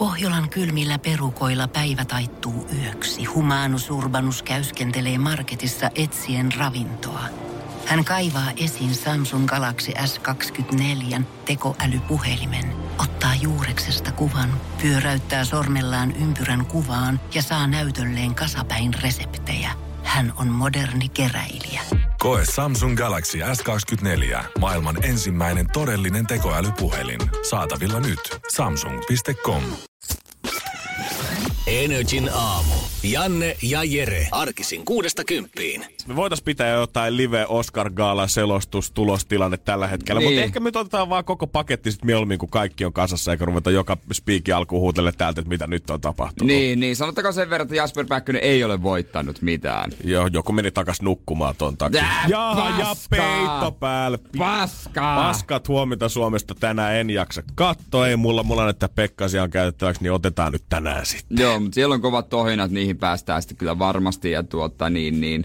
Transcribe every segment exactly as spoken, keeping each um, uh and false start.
Pohjolan kylmillä perukoilla päivä taittuu yöksi. Humanus Urbanus käyskentelee marketissa etsien ravintoa. Hän kaivaa esiin Samsung Galaxy S kaksikymmentäneljä tekoälypuhelimen, ottaa juureksesta kuvan, pyöräyttää sormellaan ympyrän kuvaan ja saa näytölleen kasapäin reseptejä. Hän on moderni keräilijä. Koe Samsung Galaxy S kaksikymmentäneljä, maailman ensimmäinen todellinen tekoälypuhelin. Saatavilla nyt. samsung piste com. Energin aamu. Janne ja Jere. Arkisin kuudesta kymppiin. Me voitais pitää jotain live Oscar Gala selostus tulostilanne tällä hetkellä, niin. Mutta ehkä me otetaan vaan koko paketti sit mieluummin, kun kaikki on kasassa, eikä ruveta joka spiikin alkuun huutelle täältä, että mitä nyt on tapahtunut. Niin, niin. Sanottakaa sen verran, että Jasper Päkkönen ei ole voittanut mitään. Joo, joku meni takas nukkumaan ton takia. Äh, Jaha, ja peitto päälle. Paskaa. Paskat huomenta Suomesta tänään en jaksa katsoa. Ei mulla, mulla näyttää Pekkasia on käytettäväksi, niin otetaan nyt tänään sitten. Joo, mutta siellä on kovat tohinat, niihin päästään sitten kyllä varmasti ja tuota niin, niin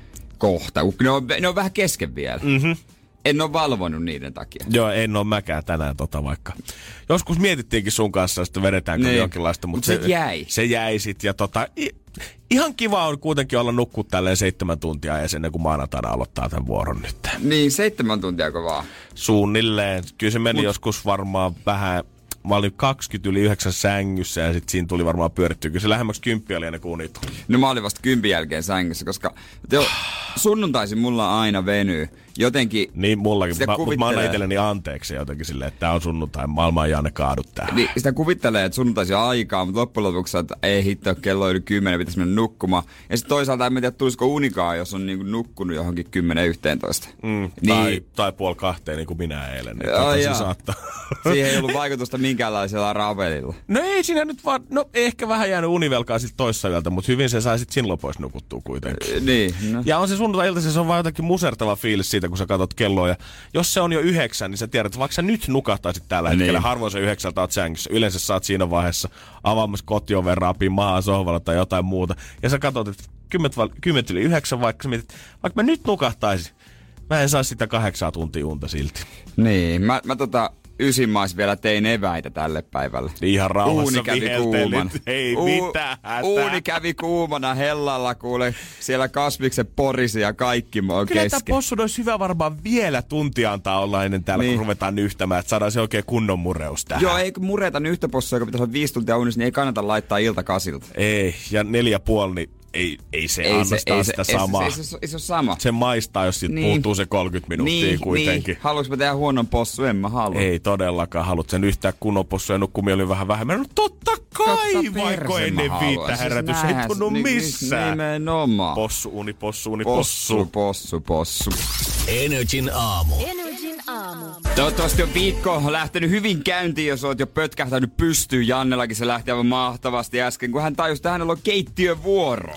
kohta. Ne on, ne on vähän kesken vielä. Mhm. En ole valvonut niiden takia. Joo, en ole mäkään tänään tota vaikka. Joskus mietittiinkin sun kanssa, että vedetäänkö niin. jonkinlaista, mutta Mut se, se jäi. Se jäi sit ja tota, i, ihan kiva on kuitenkin olla nukkua tälleen seitsemän tuntia edes ennen kuin maanantaina aloittaa tämän vuoron nyt. Niin, seitsemän tuntia vaan. Suunnilleen. Kyllä se meni Mut. joskus varmaan vähän. Mä olin kaksikymmentä yli yhdeksän sängyssä ja sit siinä tuli varmaan pyörittyä. Kyllä se lähemmäksi kymppiä oli ennen kuin uni tuli. No mä olin vasta kympin jälkeen sängyssä, koska teo, sunnuntaisin mulla aina venyy. Jotenkin niin mullakin, mutta kuvittelee... mä annan itselleni anteeksi jotenkin silleen, että tää on sunnuntai, maailma ei Janne kaadu tähän. Niin, sitä kuvittelee, että sunnuntaisin on aikaa, mutta loppujen lopuksi, että ei hitto, kello on yli kymmenen, pitäisi mennä nukkumaan. Ja sitten toisaalta en tiedä, tulisiko unikaan, jos on niinku nukkunut johonkin kymmenen yhteentoista. Mm, niin. tai, tai puoli kahteen, niin kuin minä eilen. Niin oh, se saattaa. Siihen ei ollut vaikutusta minkäänlaisella ravelilla. No ei siinä nyt vaan, no ehkä vähän jäänyt univelkaa sitten toissa yöltä, mutta hyvin se sai sitten silloin pois nukuttua kuitenkin. Niin. No. Ja on se sunnuntai-ilta, se on vaan jotenkin musertava fiilis siitä, kun sä katsot kelloa. Ja jos se on jo yhdeksän, niin sä tiedät, että vaikka sä nyt nukahtaisit tällä hetkellä, niin. harvoin se yhdeksältä oot sängyssä. Yleensä sä oot siinä vaiheessa avaamassa kotioven rapiin maahan sohvalla tai jotain muuta. Ja sä katsot, että kymmentä yli yhdeksän, vaikka sä mietit, vaikka mä nyt nukahtaisin, mä en saa sitä kahdeksaa tuntia unta silti. Niin, mä, mä tota... Ysimais vielä tein eväitä tälle päivälle. Ihan rauhassa Uuni kävi kuumana. Ei U- mitään hätää. Uuni kävi kuumana hellalla, kuule. Siellä kasviksen porisi ja kaikki on Kyllä kesken. tämä possun olisi hyvä varmaan vielä tuntia antaa olla ennen täällä, niin. kun ruvetaan nyhtämään, että saadaan se oikein kunnon mureus tähän. Joo, ei kun mureeta nyhtäpossua, joka pitäisi olla viisi tuntia unissa, niin ei kannata laittaa iltakasilta. Ei, ja neljä puoli, niin ei, ei se ei anna se, sitä, ei sitä se, samaa. Ei se, ei, se, ei se ole sama. Se maistaa, jos siitä niin. puuttuu se kolmekymmentä minuuttia niin, kuitenkin. Niin. Haluatko mä tehdä huonon possu? En mä halua. Ei todellakaan. Haluat sen yhtään kunnon possu ja nukkumieli vähän vähemmän. No totta kai, totta vaikka ennen viittä herätys siis ei tunnu niin, missään. Nimenomaan. Possu, uni, possu, uni, possu. Possu, possu, possu. Energin aamu. Energin aamu. Toivottavasti on viikko lähtenyt hyvin käyntiin, jos oot jo pötkähtänyt pystyyn. Jannellakin se lähti aivan mahtavasti äsken, kun hän tajusi, että hänellä on keittiövuoro.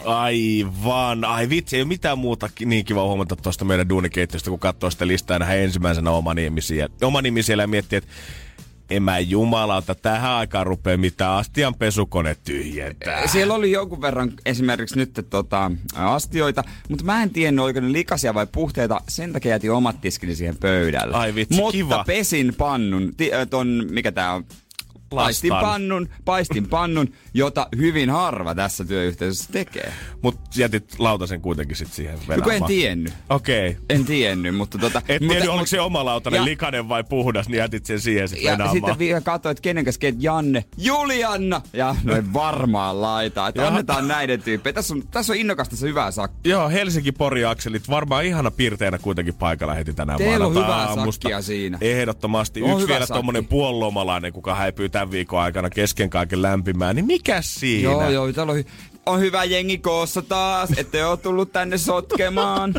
Aivan. Ai vitsi, ei ole mitään muuta niin kiva huomata tuosta meidän duunikeittiöstä, kun katsoo sitä listaa ja nähdään ensimmäisenä omanimisiä. Omanimisiä ja miettii, että en mä jumalauta, tähän aikaan rupee mitään astianpesukone tyhjentää. Siellä oli jonkun verran esimerkiksi nyt tota, astioita, mutta mä en tiennyt, oliko ne likaisia vai puhteita. Sen takia jätin omat tiskini siihen pöydälle. Ai vitsi, mutta kiva. Mutta pesin pannun, ti, ton, mikä tää on? Paistin pannun, paistin pannun, jota hyvin harva tässä työyhteisössä tekee. Mut jätit lautasen kuitenkin sit siihen vedämään. No kun en tiennyt. Okei. Okay. En tiennyt, mutta tota... Et mutta, tiennyt, oliko se oma lautanen ja, likainen vai puhdas, niin jätit sen siihen sit vedämään. Ja sitten vielä katsoin, että kenen kanssa keit Janne, Julianna! Ja noin varmaan laitaa, että annetaan näiden tyyppejä. Tässä on, tässä on innokasta se hyvää sakki. Joo, Helsinki-Pori-akselit varmaan ihana piirteinä kuitenkin paikalla heti tänään Teillä on hyvää aamusta. sakkia siinä. Ehdottomasti. On Yksi vielä sakki. tommonen puolilomalainen, kuka häipyy tämän viikon aikana kesken kaiken lämpimään, niin mikä siinä? Joo, joo, täällä on, hy- on hyvä jengi koossa taas, ette oo tullut tänne sotkemaan.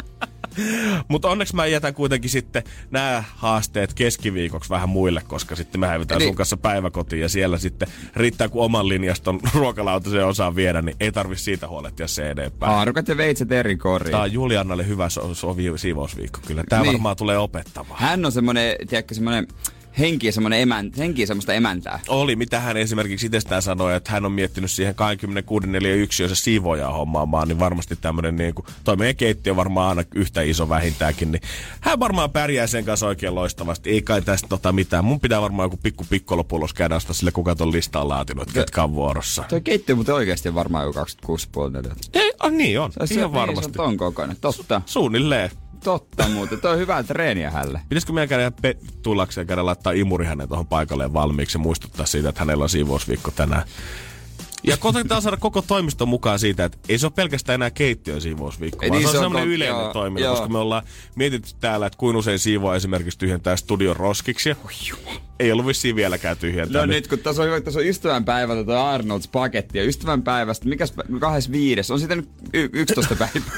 Mutta onneksi mä jätän kuitenkin sitten nämä haasteet keskiviikoksi vähän muille, koska sitten me häivytään Eli... sun kanssa päiväkotiin ja siellä sitten riittää, kun oman linjaston ruokalautaseen osaa viedä, niin ei tarvi siitä huolehtia se edempää. Haarukat ja veitset eri koriin. Tää on Juliannalle hyvä so- so- siivousviikko kyllä. Tää niin. varmaan tulee opettamaan. Hän on semmonen, tiedätkö, semmonen henkiä, emän, henkiä semmoista emäntää. Oli, mitä hän esimerkiksi itsestään sanoi, että hän on miettinyt siihen kaksikymmentäkuusi neljä yksi, jos se siivojaa hommaamaan, niin varmasti tämmöinen niin kuin, toi meidän keittiö on varmaan aina yhtä iso vähintäänkin, niin hän varmaan pärjää sen kanssa oikein loistavasti. Ei kai tästä tota mitään. Mun pitää varmaan joku pikku pikkolopulos käydä ostaa sille, kuka ton listaa on laatinut, ketkä on vuorossa. Toi keittiö mutta oikeasti varmaan joku kaksikymmentäkuusi pilkku viisi. Ei, ah, niin on. Se ihan varmasti. Se on ton kokoinen, totta. Su- suunnilleen. Totta muuten, toi on hyvää treeniä hälle. Pitäisikö meidän käydä pe- tullakseen käydä laittaa imuri hänen tuohon paikalleen valmiiksi ja muistuttaa siitä, että hänellä on siivousviikko tänään. Ja koitetaan saada koko toimiston mukaan siitä, että ei se ole pelkästään enää keittiön siivousviikko, vaan niin se on semmoinen yleinen joo, toiminta, joo. Koska me ollaan mietitty täällä, että kuinka usein siivoa esimerkiksi tyhjentää studion roskiksi. Ei ollut vissiin vieläkään tyhjentää. No nyt kun tässä on, tässä on ystävänpäivä tätä Arnolds paketti ja ystävänpäivästä, mikäs kahdeskymmenesviides on sitten y- yksitoista päivä.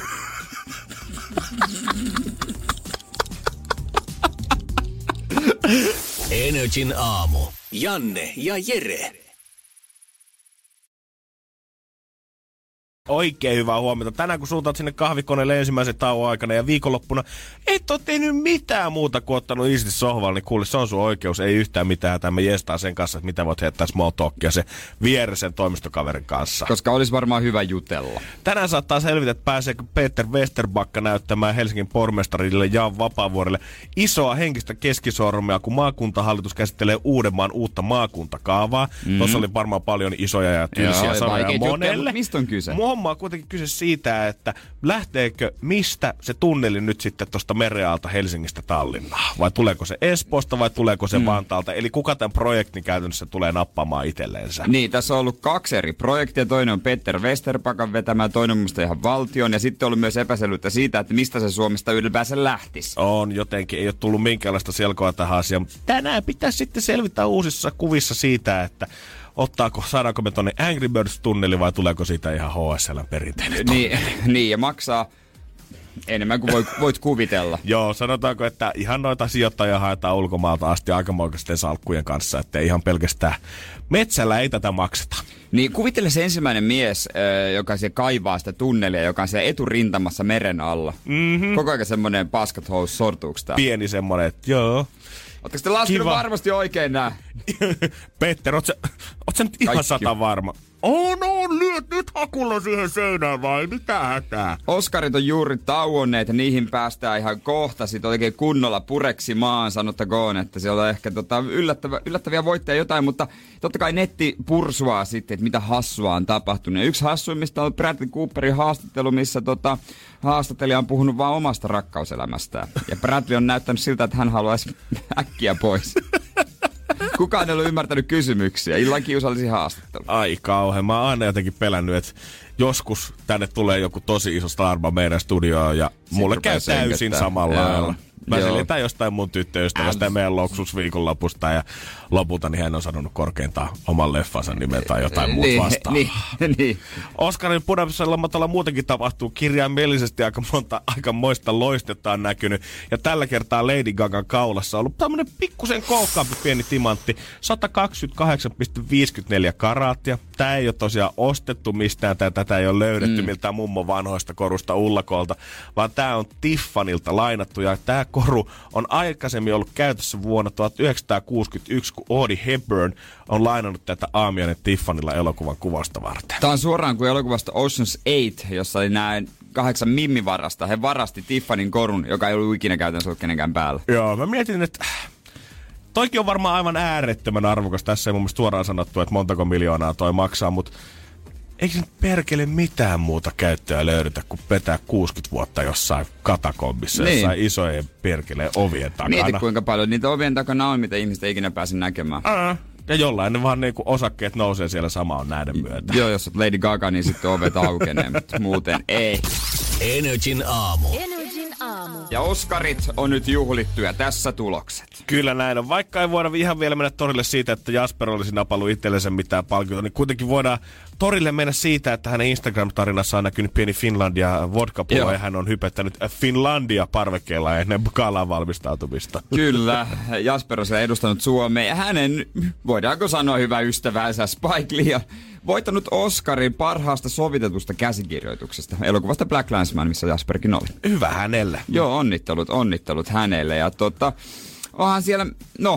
Energin aamu. Janne ja Jere. Oikein hyvää huomenta. Tänään kun suuntaat sinne kahvikoneelle ensimmäisen tauon aikana ja viikonloppuna et ole tehnyt mitään muuta kuin ottanut isti sohvalle, niin kuule, se on sun oikeus. Ei yhtään mitään. Tämä jestaa sen kanssa, että mitä voit heittää small talkia se vieresen toimistokaverin kanssa. Koska olisi varmaan hyvä jutella. Tänään saattaa selvitä, että pääseekö Peter Westerbacka näyttämään Helsingin pormestarille Jan Vapaavuorelle isoa henkistä keskisormea, kun maakuntahallitus käsittelee Uudenmaan uutta maakuntakaavaa. Mm. Tuossa oli varmaan paljon isoja ja tylsiä sanoja monelle. Mistä on kyse? Homma on kuitenkin kyse siitä, että lähteekö mistä se tunneli nyt sitten tuosta merenalta Helsingistä Tallinnaan? Vai tuleeko se Espoosta vai tuleeko se mm. Vantaalta? Eli kuka tämän projektin käytännössä tulee nappaamaan itselleensä? Niin, tässä on ollut kaksi eri projektia. Toinen on Peter Westerbakan vetämä, toinen on musta ihan valtion. Ja sitten on ollut myös epäselvyyttä siitä, että mistä se Suomesta ylipäänsä lähtisi. On jotenkin, ei ole tullut minkäänlaista selkoa tähän asiaan. Tänään pitäisi sitten selvittää uusissa kuvissa siitä, että ottaako, saadaanko me tonne Angry Birds-tunneli vai tuleeko siitä ihan H S L:n perinteinen tunneli? Niin, niin, ja maksaa enemmän kuin voit, voit kuvitella. Joo, sanotaanko, että ihan noita sijoittajia haetaan ulkomaalta asti aikamoikaisten salkkujen kanssa, että ihan pelkästään metsällä ei tätä makseta. Niin kuvittele se ensimmäinen mies, joka siellä kaivaa sitä tunnelia, joka on siellä eturintamassa meren alla. Mm-hmm. Koko ajan semmoinen paskat hous, sortuuks tää? Pieni semmonen, että joo. Ootteko te laskenut Kiva. Varmasti oikein nää? Petter, oot sä, oot sä nyt ihan Kaikki. Sata varma? On, on, lyöt nyt hakulla siihen seinään vai mitä hätää? Oskarit on juuri tauonneet ja niihin päästään ihan kohta sit oikein kunnolla pureksimaan, sanottakoon, että siellä on ehkä tota yllättävä, yllättäviä voittajia jotain, mutta totta kai netti pursuaa sitten, että mitä hassua on tapahtunut. Ja yksi hassuimmista on Bradley Cooperin haastattelu, missä tota, haastattelija on puhunut vaan omasta rakkauselämästään. Ja Bradley on näyttänyt siltä, että hän haluaisi äkkiä pois. Kukaan ei ole ymmärtänyt kysymyksiä. Illan kiusallisia haastattelu. Ai kauhean. Mä oon aina jotenkin pelännyt, että joskus tänne tulee joku tosi iso starba meidän studioon ja Sitten mulle käy täysin samalla lailla. Mä selitän jostain mun tyttöystävästä ja meidän loksusviikonlopusta ja lopulta niin hän on sanonut korkeintaan oman leffansa nimen tai jotain muuta niin, vastaavaa. Niin, niin. Oskarin Punaisella matalla muutenkin tapahtuu kirjaimellisesti aika monta aika moista loistetta on näkynyt. Ja tällä kertaa Lady Gagan kaulassa on ollut tämmönen pikkusen koukkaampi pieni timantti. sata kaksikymmentäkahdeksan pilkku viisikymmentäneljä karaattia. Tää ei ole tosiaan ostettu mistään, tää, tätä ei ole löydetty mm. miltään mummon vanhoista korusta ullakolta, vaan tää on Tiffanilta lainattu ja tää koru on aikaisemmin ollut käytössä vuonna tuhatyhdeksänsataakuusikymmentäyksi, kun Audrey Hepburn on lainannut tätä aamiainen Tiffanilla elokuvan kuvasta varten. Tää on suoraan kuin elokuvasta Ocean's eight, jossa oli näin kahdeksan mimmivarasta. He varasti Tiffanin korun, joka ei ollut ikinä käytännössä ollut kenenkään päällä. Joo, mä mietin, että toikin on varmaan aivan äärettömän arvokas. Tässä ei mun mielestä suoraan sanottu, että montako miljoonaa toi maksaa, mutta eikö se perkele mitään muuta käyttöä löydetä, kuin petää kuusikymmentä vuotta jossain katakombissa, niin. Jossain isojen perkeleen ovien takana. Mieti kuinka paljon niitä ovien takana on, mitä ihmiset ei ikinä pääse näkemään. Ää, ja jollain ne vaan niinku osakkeet nousee siellä samaan näiden myötä. Joo, jos olet Lady Gaga, niin sitten ovet aukenee, mutta muuten ei. Energin aamu. Energin aamu. Ja Oskarit on nyt juhlittu ja tässä tulokset. Kyllä näin on. Vaikka ei voida ihan vielä mennä torille siitä, että Jasper olisi napallut itsellensä mitään palkiota, niin kuitenkin voidaan torille mennä siitä, että hänen Instagram-tarinassa on näkynyt pieni Finlandia vodka-pullo ja hän on hypettänyt Finlandia parvekkeella ennen galaan valmistautumista. Kyllä. Jasper on siellä edustanut Suomea ja hänen, voidaanko sanoa hyvä ystävänsä Spike Lee on voittanut Oscarin parhaasta sovitetusta käsikirjoituksesta elokuvasta Black Landsman, missä Jasperkin oli. Hyvä hänelle. Joo, onnittelut, onnittelut hänelle. Ja tota, onhan siellä, no,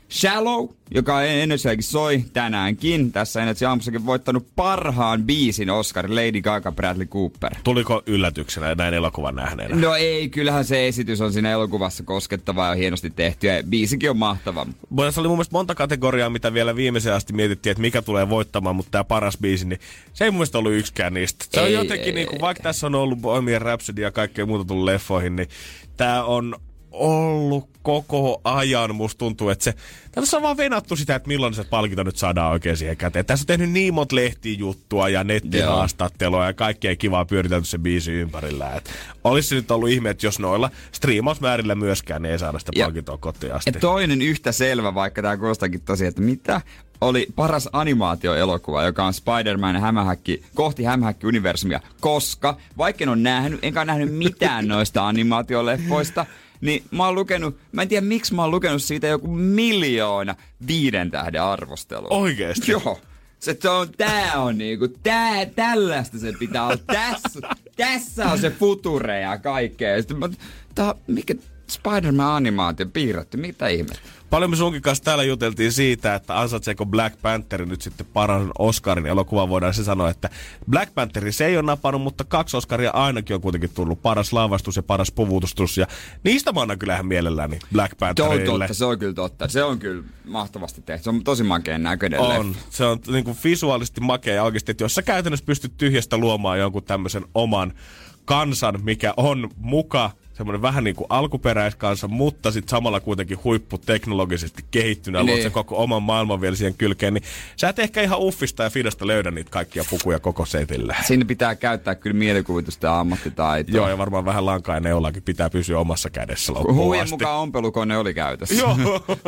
Shallow, joka Energykin soi tänäänkin. Tässä Energy aamussakin voittanut parhaan biisin Oscar, Lady Gaga, Bradley Cooper. Tuliko yllätyksenä näin elokuvan nähneenä? No ei, kyllähän se esitys on siinä elokuvassa koskettavaa ja hienosti tehty. Ja biisikin on mahtava. Se oli mun mielestä monta kategoriaa, mitä vielä viimeiseen asti mietittiin, että mikä tulee voittamaan, mutta tämä paras biisi, niin se ei mun mielestä ollut yksikään niistä. Se ei, on jotenkin, ei, niin kuin, vaikka tässä on ollut Bohemian Rhapsody ja kaikkea muuta tullut leffoihin, niin tämä on ollut koko ajan. Musta tuntuu, että se, tässä on vaan venattu sitä, että milloin se palkinto nyt saadaan oikein siihen käteen. Tässä on tehnyt niin monta lehtijuttua ja nettihaastattelua ja kaikkea kivaa pyöritelty se biisi ympärillä. Et olisi se nyt ollut ihme, että jos noilla striimausmäärillä myöskään niin ei saada sitä palkintoa kotiin asti. Ja toinen yhtä selvä, vaikka tämä kuulostaakin tosiaan, että mitä oli paras animaatioelokuva, joka on Spider-Man hämähäkki, kohti hämähäkki-universumia, koska vaikka en ole nähnyt, enkä ole nähnyt mitään noista animaatioleffoista, niin mä oon lukenut, mä en tiedä miksi mä oon lukenut siitä joku miljoona viiden tähden arvostelua. Oikeesti? Joo. Se on, tää on niinku, tää, tällaista se pitää olla. Tässä, tässä on se future ja kaikkea. Sitten mä, tää, mikä Spider-Man-animaatio piirretty, mitä ihmettä? Paljon me sunkin kanssa täällä juteltiin siitä, että ansaitseeko Black Panther nyt sitten paran Oscarin elokuva. Voidaan se sanoa, että Black Panther se ei ole napannut, mutta kaksi Oscaria ainakin on kuitenkin tullut. Paras lavastus ja paras puvutustus. Ja niistä mä annan kyllähän mielelläni Black Pantherille. Se on totta, se on kyllä totta. Se on kyllä mahtavasti tehty. Se on tosi makeen näköinen on. leffa. Se on niin kuin visuaalisesti makea ja oikeasti, että jos sä käytännössä pystyt tyhjästä luomaan jonkun tämmöisen oman kansan, mikä on muka semmoinen vähän niin kuin alkuperäiskansa, mutta sitten samalla kuitenkin huipputeknologisesti kehittynä, niin. Luot sen koko oman maailman vielä siihen kylkeen, niin sä et ehkä ihan uffista ja fidasta löydä niitä kaikkia pukuja koko setille. Siinä pitää käyttää kyllä mielikuvitusta ja ammattitaitoa. Joo, ja varmaan vähän lankaa ja neulakin pitää pysyä omassa kädessä loppuun Huujen asti. mukaan ompelukone oli käytössä. Joo.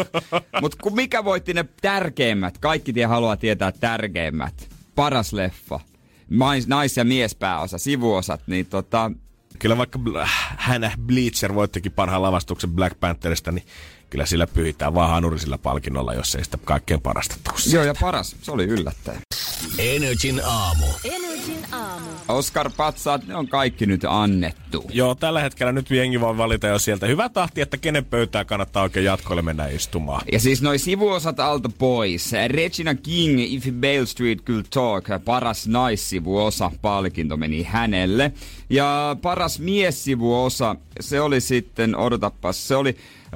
Mutta mikä voitti ne tärkeimmät, kaikki tie haluaa tietää tärkeimmät, paras leffa, nais- ja miespääosa, sivuosat, niin tota... Kyllä vaikka Hannah Bleacher voittikin parhaan lavastuksen Black Pantherista, niin kyllä sillä pyhitään vaan hanurisilla palkinnolla, jos ei sitä kaikkein parasta tuossa. Joo, ja paras. Se oli yllättäen. Energin aamu. Energin aamu. Oscar-patsaat, ne on kaikki nyt annettu. Joo, tällä hetkellä nyt jengi voi valita jo sieltä hyvä tahti, että kenen pöytää kannattaa oikein jatkoille mennä istumaan. Ja siis noi sivuosat alta pois. Regina King, If Bale Street Could Talk, paras naissivuosa, palkinto meni hänelle. Ja paras miessivuosa, se oli sitten, odotapas, se oli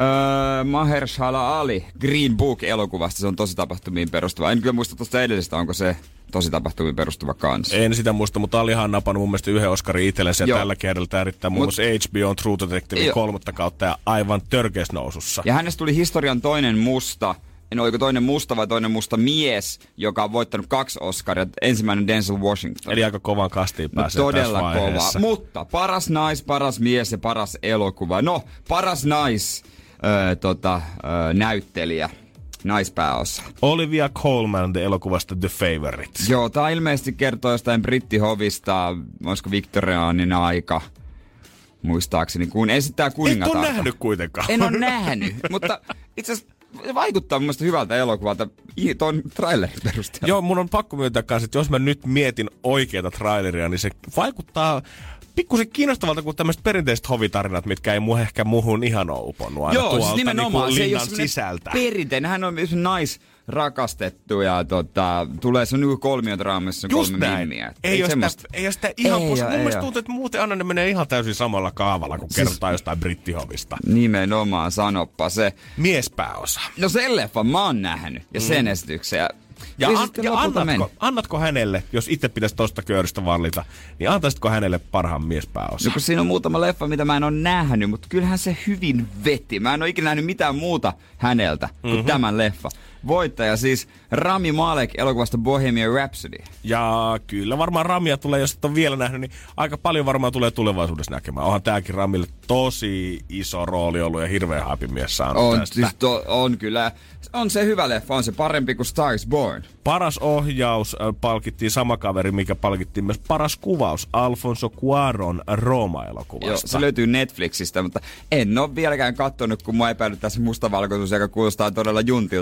öö, Mahershala Ali, Green Book-elokuvasta, se on tositapahtumiin perustuva. En kyllä muista tuosta edellisestä, onko se tositapahtumiin perustuva kanssa. En sitä muista, mutta Alihan on napannut mun mielestä yhden Oscarin itsellensä ja tällä kerralla tärittää muun muassa H B O True Detective kolmatta kautta ja aivan törkeässä nousussa. Ja hänestä tuli historian toinen musta, en oliko toinen musta vai toinen musta mies, joka on voittanut kaksi Oscaria. Ensimmäinen Denzel Washington. Eli aika kovan kastiin pääsee todella tässä vaiheessa. Kova. Mutta paras nais, paras mies ja paras elokuva. No, paras nais öö, tota, öö, näyttelijä. Naispääosa. Olivia Colman elokuvasta The Favourite. Joo, tää ilmeisesti kertoo jostain brittihovista, olisiko Victoriaanin aika, muistaakseni, kun esittää kuningatarta. Et ole nähnyt kuitenkaan. En ole nähnyt, mutta itse asiassa vaikuttaa mun mielestä hyvältä elokuvalta tuon trailerin perusteella. Joo, mun on pakko myöntää kanssa, että jos mä nyt mietin oikeata traileria, niin se vaikuttaa pikkusen kiinnostavalta kuin tämmöiset perinteiset hovitarinat, mitkä ei mu ehkä muuhun ihan ole uponnut aina. Joo, tuolta, siis nimenomaan niin se ei ole sisältä. Perinteinen. Hän on nais rakastettu ja tota, tulee se on kolmiodraamassa kolme mimmiä. Ei, ei, ole sitä, ei ole sitä ihan pois. Mun mielestä tuntuu, että muuten aina ne menee ihan täysin samalla kaavalla, kun siis kerrotaan jostain brittihovista. Nimenomaan, sanoppa se. Miespääosa. No sen leffan mä oon nähnyt ja sen mm. esityksen. Ja, ja, an, ja annatko, annatko hänelle, jos itse pitäisi tosta kööristä valita, niin antaisitko hänelle parhaan miespääosa? No kun siinä on muutama leffa, mitä mä en ole nähnyt, mutta kyllähän se hyvin veti. Mä en ole ikinä nähnyt mitään muuta häneltä kuin mm-hmm. tämän leffa. Voittaja siis Rami Malek elokuvasta Bohemian Rhapsody. Ja kyllä varmaan Ramia tulee, jos et ole vielä nähnyt, niin aika paljon varmaan tulee tulevaisuudessa näkemään. Onhan tääkin Ramille tosi iso rooli ollut ja hirveän haipimies saanut on, tästä. Siis to, on kyllä. On se hyvä leffa, on se parempi kuin Star is Born. Paras ohjaus palkittiin sama kaveri, mikä palkittiin myös paras kuvaus Alfonso Cuarón Roma-elokuvasta. Joo, se löytyy Netflixistä, mutta en ole vieläkään katsonut, kun mua epäilyt tässä mustavalkoisuus, joka kuulostaa todella juntilta, mutta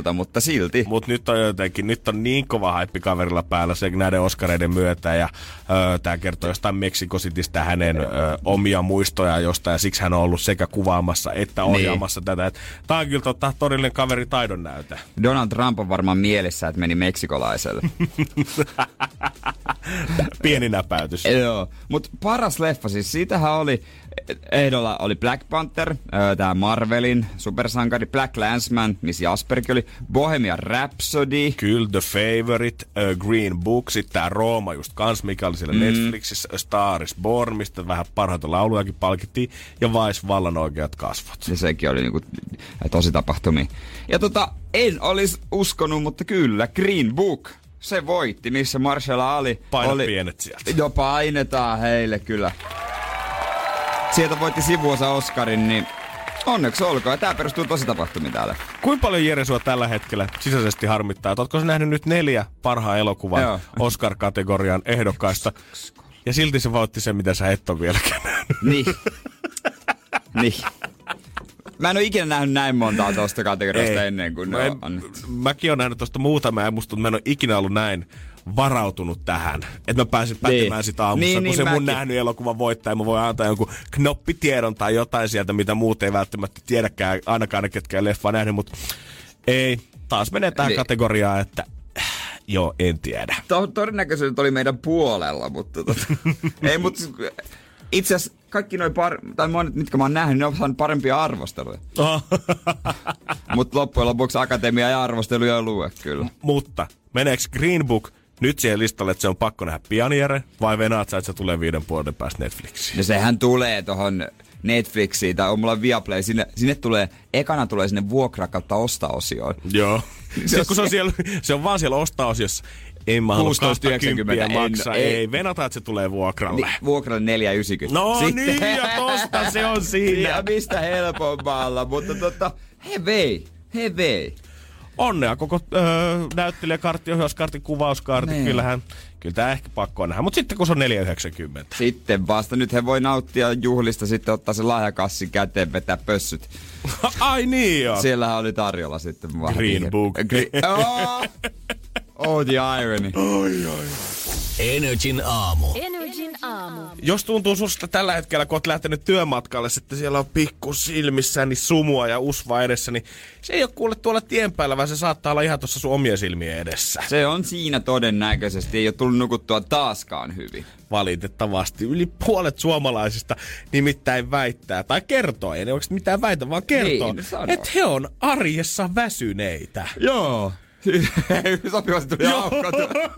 silti. Mut nyt on jotenkin, nyt on niin kova haippi kaverilla päällä se näiden Oscareiden myötä ja öö, tää kertoo jostain Mexico Citystä hänen öö, omia muistoja jostain ja siksi hän on ollut sekä kuvaamassa että ohjaamassa niin. tätä. Et tää on kyllä tota, todellinen kaveri taidon näyte. Donald Trump on varmaan mielessä, että meni meksikolaiselle. Pieni näpäytys. Joo, mut paras leffa, siis siitähän oli, ehdolla oli Black Panther, tää Marvelin supersankari, Black Landsman, missä Jasperkin oli, Bohemian Rhapsody. Kyllä, The Favourite, uh, Green Book, sitten tää Rooma just kans, mikä oli siellä mm. Netflixissä, A Star is Born, mistä vähän parhaita laulujakin palkittiin, ja Vice vallan oikeat kasvot. Ja sekin oli niinku tosi tapahtumia. Ja tota, en olisi uskonut, mutta kyllä, Green Book. Se voitti, missä Marshall Ali Paina oli... pienet sieltä. Jo painetaan heille kyllä. Sieltä voitti sivuosa Oscarin, niin onneksi olkoon. Ja tää perustuu tosi tapahtumiin täällä. Kuinka paljon Jere sua tällä hetkellä sisäisesti harmittaa? Ootko sä nähnyt nyt neljä parhaan elokuvan Joo. Oscar-kategorian ehdokkaista? Ja silti se voitti sen, mitä sä et ole vieläkään nähnyt. Niin. niin. Mä en oo ikinä nähnyt näin montaa tosta kategoriasta ennen kuin ne en, on annettu. Mäkin oon nähnyt tosta muutama ja musta mä en oo ikinä ollut näin varautunut tähän. Että mä pääsin pätemään niin. sitä aamussa, niin, kun niin, se mun mäkin. nähnyt elokuvan voittaja. Mä voin antaa jonkun knoppitiedon tai jotain sieltä, mitä muut ei välttämättä tiedäkään, ainakaan ne, ketkä ei leffaa nähnyt, mutta ei. Taas menee tähän niin. kategoriaan, että joo, en tiedä. To- todennäköisesti oli meidän puolella, mutta tota, ei, mutta itse asiassa kaikki noi par- tai monet, mitkä mä oon nähnyt, ne on saanut parempia arvosteluja. Oh. Mutta loppujen lopuksi akatemia ja arvosteluja ei lue kyllä. Mutta meneekö Green Book nyt siihen listalle, että se on pakko nähdä pian, Jere, vai venaat sä, että se tulee viiden vuoden päästä Netflixiin? No sehän tulee tohon Netflixiin, tai on mulla Viaplay, sinne, sinne tulee, ekana tulee sinne vuokra kautta osta-osioon. Joo. Se, kun se, on siellä, se on vaan siellä osta-osiossa. En mä halua kaksikymmentä maksaa. Ei, ei. Venataan, että se tulee vuokralle. Ni, vuokralle neljä yhdeksänkymmentä. No sitten. Niin, ja tosta se on siinä. Ja mistä helpommalla, mutta tota, he vei, he vei. Onnea koko öö, näyttelijäkartti, ohjauskartti, kuvauskartti. Nee. Kyllähän, kyllä tää ehkä pakko on nähdä. Mutta sitten kun se on neljä yhdeksänkymmentä. Sitten vasta. Nyt he voi nauttia juhlista, sitten ottaa se lahjakassin käteen, vetää pössyt. Ai niin joo. Siellähän oli tarjolla sitten. Green Book. Gre- oh! oh, the irony. Oi, oi. Energin aamu. Energin aamu. Jos tuntuu susta tällä hetkellä, kun oot lähtenyt työmatkalle, sitten siellä on pikku silmissään niin sumua ja usva edessä, niin se ei ole kuule tuolla tien päällä, vaan se saattaa olla ihan tuossa sun omien silmien edessä. Se on siinä todennäköisesti. Ei ole tullut nukuttua taaskaan hyvin. Valitettavasti. Yli puolet suomalaisista nimittäin väittää, tai kertoo, ei ne oikeasti mitään väitä, vaan kertoo, niin, että he on arjessa väsyneitä. Joo. Sopivasti tuli aukko.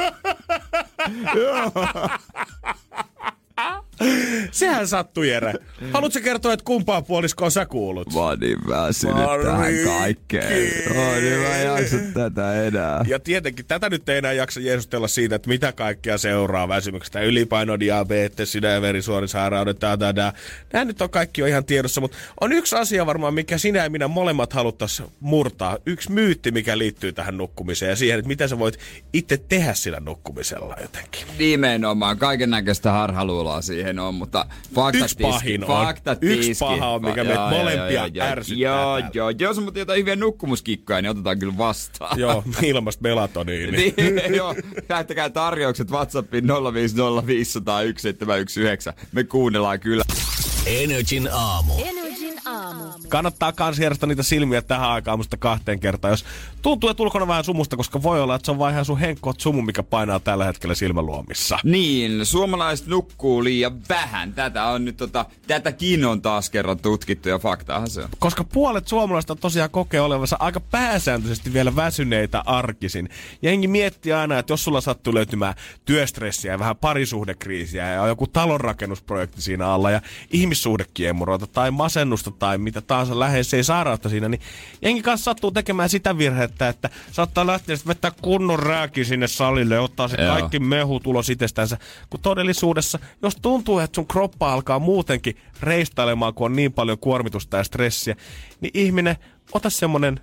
Sehän sattui, Jere. Haluatko kertoa, että kumpaa puoliskoa sä kuulut? Mä oon niin väsynyt tähän kaikkeen. Oh, niin mä en jaksa tätä enää. Ja tietenkin tätä nyt ei enää jaksa jeesustella siitä, että mitä kaikkea seuraa väsymyksestä. Ylipaino, diabetes, sydän- ja verisuonisairaudet, tätä. Nämä nyt on kaikki jo ihan tiedossa, mutta on yksi asia varmaan, mikä sinä ja minä molemmat haluttaisiin murtaa. Yksi myytti, mikä liittyy tähän nukkumiseen ja siihen, että mitä sä voit itse tehdä sillä nukkumisella jotenkin. Nimenomaan. Kaiken näköistä harhaluuloa siihen on, mutta faktat yksi pahin on. Faktat yksi tiski. paha on, mikä meitä molempia ärsyttää. Joo, joo. Jos on mutta jotain hyviä nukkumuskikkoja, niin otetaan kyllä vastaan. Joo, ilmasta melatoniini. niin, joo, lähtekää tarjoukset WhatsAppiin nolla viisi nolla viisi nolla nolla yksi seitsemän yksi yhdeksän. Me kuunnellaan kyllä. Energin aamu. Energin aamu. Kannattaa kans hierasta niitä silmiä tähän aikaan musta kahteen kertaan, jos tuntuu, että ulkona vähän sumusta, koska voi olla, että se on vaan ihan sun henkkoot sumu, mikä painaa tällä hetkellä silmäluomissa. Niin, suomalaiset nukkuu liian vähän. Tätä on nyt tota, tätäkin on taas kerran tutkittu ja faktaahan se on. Koska puolet suomalaista tosiaan kokee olevansa aika pääsääntöisesti vielä väsyneitä arkisin. Jengi miettii aina, että jos sulla sattuu löytymään työstressiä ja vähän parisuhdekriisiä ja joku talonrakennusprojekti siinä alla ja ihmissuhdekiemuroita tai masennusta tai mitä tahansa läheisiä sairautta siinä, niin jengi kanssa sattuu tekemään sitä virhettä, että saattaa lähteä sitten vetää kunnon rääki sinne salille ja ottaa se Joo. kaikki mehut ulos itsestänsä. Kun todellisuudessa, jos tuntuu, että sun kroppa alkaa muutenkin reistailemaan, kun on niin paljon kuormitusta ja stressiä, niin ihminen, ota semmonen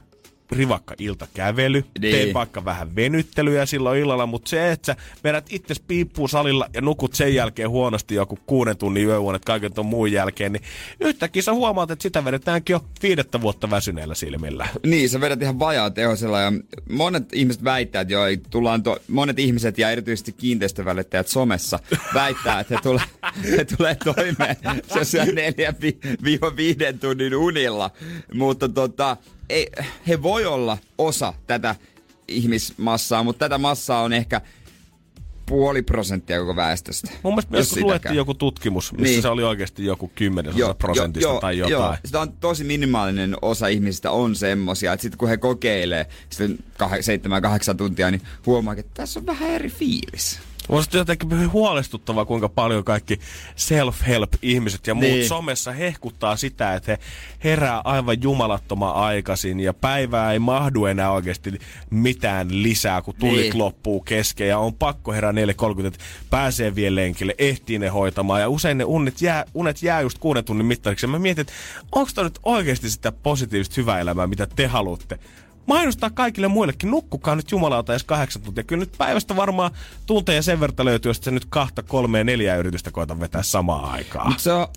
rivakka iltakävely, niin. teet vaikka vähän venyttelyä silloin illalla, mutta se, että sä vedät itses piippuun salilla ja nukut sen jälkeen huonosti joku kuuden tunnin yövuonet kaiken ton muun jälkeen, niin yhtäkkiä sä huomaat, että sitä vedetäänkin jo viidettä vuotta väsyneellä silmillä. Niin, sä vedät ihan vajaa tehosella ja monet ihmiset väittää, että joo, tullaan to, monet ihmiset ja erityisesti kiinteistövälittäjät somessa väittää, että he tulee, he tulee toimeen se syö neljä viiva viiden tunnin unilla, mutta tota, ei, he voi olla osa tätä ihmismassaa, mutta tätä massaa on ehkä puoli prosenttia koko väestöstä. Mun mielestä joskus luettiin joku tutkimus, missä niin. se oli oikeasti joku kymmenesosa jo, prosentista jo, tai jotain. Joo, sitä on tosi minimaalinen osa ihmisistä on semmosia, että sitten kun he kokeilee sitten seitsemän kahdeksan tuntia, niin huomaa, että tässä on vähän eri fiilis. On sitten jotenkin huolestuttavaa, kuinka paljon kaikki self-help-ihmiset ja muut niin. somessa hehkuttaa sitä, että he herää aivan jumalattoman aikaisin ja päivää ei mahdu enää oikeasti mitään lisää, kun tulit niin. loppuu kesken ja on pakko herää neljä kolmekymmentä, että pääsee vielä lenkille, ehtii ne hoitamaan ja usein ne unet jää, unet jää just kuuden tunnin mittariksi. Ja mä mietin, että onko tämä nyt oikeasti sitä positiivista hyvää elämää, mitä te haluatte? Mainostaa kaikille muillekin, nukkukaa nyt jumalauta edes kahdeksan tuntia. Kyllä nyt päivästä varmaan tunteja sen verran löytyy, että se nyt kahta, kolmea, neljää yritystä koitan vetää samaan aikaan. Se on,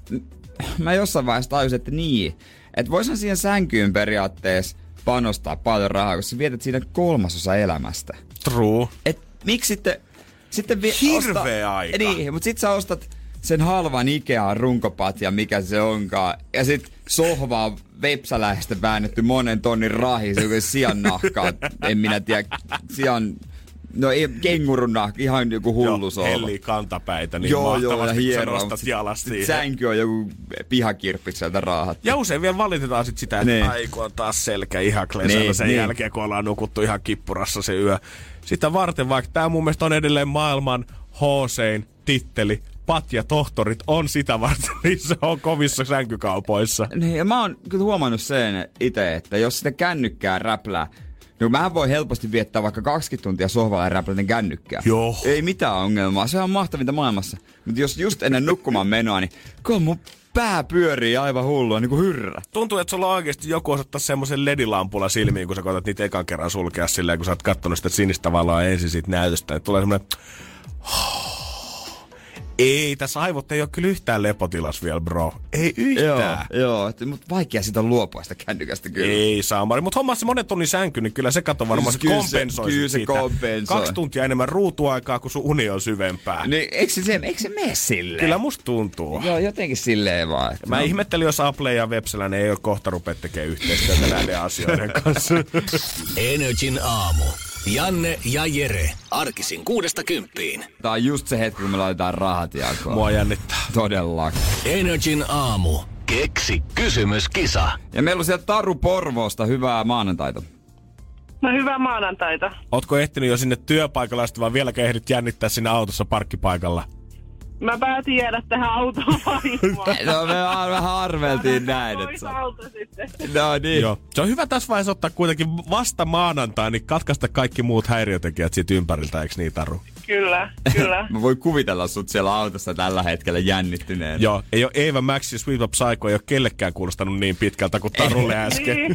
mä jossain vaiheessa tajusin, että niin, että voisin siihen sänkyyn periaatteessa panostaa paljon rahaa, koska sä vietät siinä kolmasosa elämästä. True. Et miksi sitten... sitten vi- Hirveä osta, aika. Niin, mutta sit sä ostat sen halvan Ikean runkopatja, mikä se onkaan, ja sit sohvaa vepsäläistä väännetty monen tonnin rahi, se on sian nahkaa, en minä tiedä, sian, no ei, kengurun nahka, ihan joku hullu sohva. Joo, hellii kantapäitä, niin joo, mahtavasti, joo, kun sä nostat jalas siihen. Sänky on joku pihakirppis sieltä raahattu. Ja usein vielä valitetaan sit sitä, että niin. ai kun on taas selkä ihan kleisellä niin, sen niin. jälkeen, kun ollaan nukuttu ihan kippurassa se yö. Sitä varten, vaikka tää mun mielestä on edelleen maailman hoosein titteli, patjatohtorit on sitä varten, niin se on kovissa sänkykaupoissa. Niin, ja mä oon kyllä huomannut sen itse, että jos sitä kännykkää räplää, no mähän voi helposti viettää vaikka kaksikymmentä tuntia sohvalla ja räpläten kännykkää. Joo. Ei mitään ongelmaa, se on mahtavinta maailmassa. Mutta jos just ennen nukkumaan menoa, niin kyllä mun pää pyörii aivan hullua, niin kuin hyrrä. Tuntuu, että sulla oikeasti joku osoittaa semmoisen ledilampulla silmiin, kun sä koetat niitä ekan kerran sulkea silleen, kun sä oot kattonut sitä sinistä valoa ensin siitä näytöstä. Että tulee semmoinen... Ei, tässä aivot ei ole kyllä yhtään lepotilas vielä, bro. Ei yhtään. Joo, joo, mutta vaikea sitä luopua sitä kännykästä kyllä. Ei Samari, mutta homma se monen tunnin sänky, niin kyllä se kato varmaan kyllä kompensoi se, kyllä se siitä. kompensoi. Kaksi tuntia enemmän ruutuaikaa, kun sun uni on syvempää. Niin, eikö se, eikö se mene silleen? Kyllä musta tuntuu. Joo, jotenkin silleen vaan. Mä no. ihmettelin, jos Apple ja Webselän ei ole kohta rupea tekemään yhteistyötä näiden asioiden kanssa. Energin aamu. Janne ja Jere. Arkisin kuudesta kymppiin. Tää on just se hetki, kun me laitetaan rahat jakoon. Mua jännittää. Todellakin. Energin aamu. Keksi kysymyskisa. Ja meillä on sieltä Taru Porvoosta. Hyvää maanantaita. No hyvää maanantaita. Ootko ehtinyt jo sinne työpaikalla, vai vieläkö ehdit jännittää siinä autossa parkkipaikalla? Mä päätin jäädä tähän autoon vaihtumaan. No me vähän arveltiin näin. Että auto sitten. No niin. Joo. Se on hyvä tässä vaiheessa ottaa kuitenkin vasta maanantai, niin katkaista kaikki muut häiriötekijät siitä ympäriltä, eikö niin Taru? Kyllä, kyllä. Mä voin kuvitella sut siellä autossa tällä hetkellä jännittyneen. Joo, ei ole Eva Max ja Sweet Up Psycho, ei ole kellekään kuulostanut niin pitkältä kuin Tarulle äsken. Niin.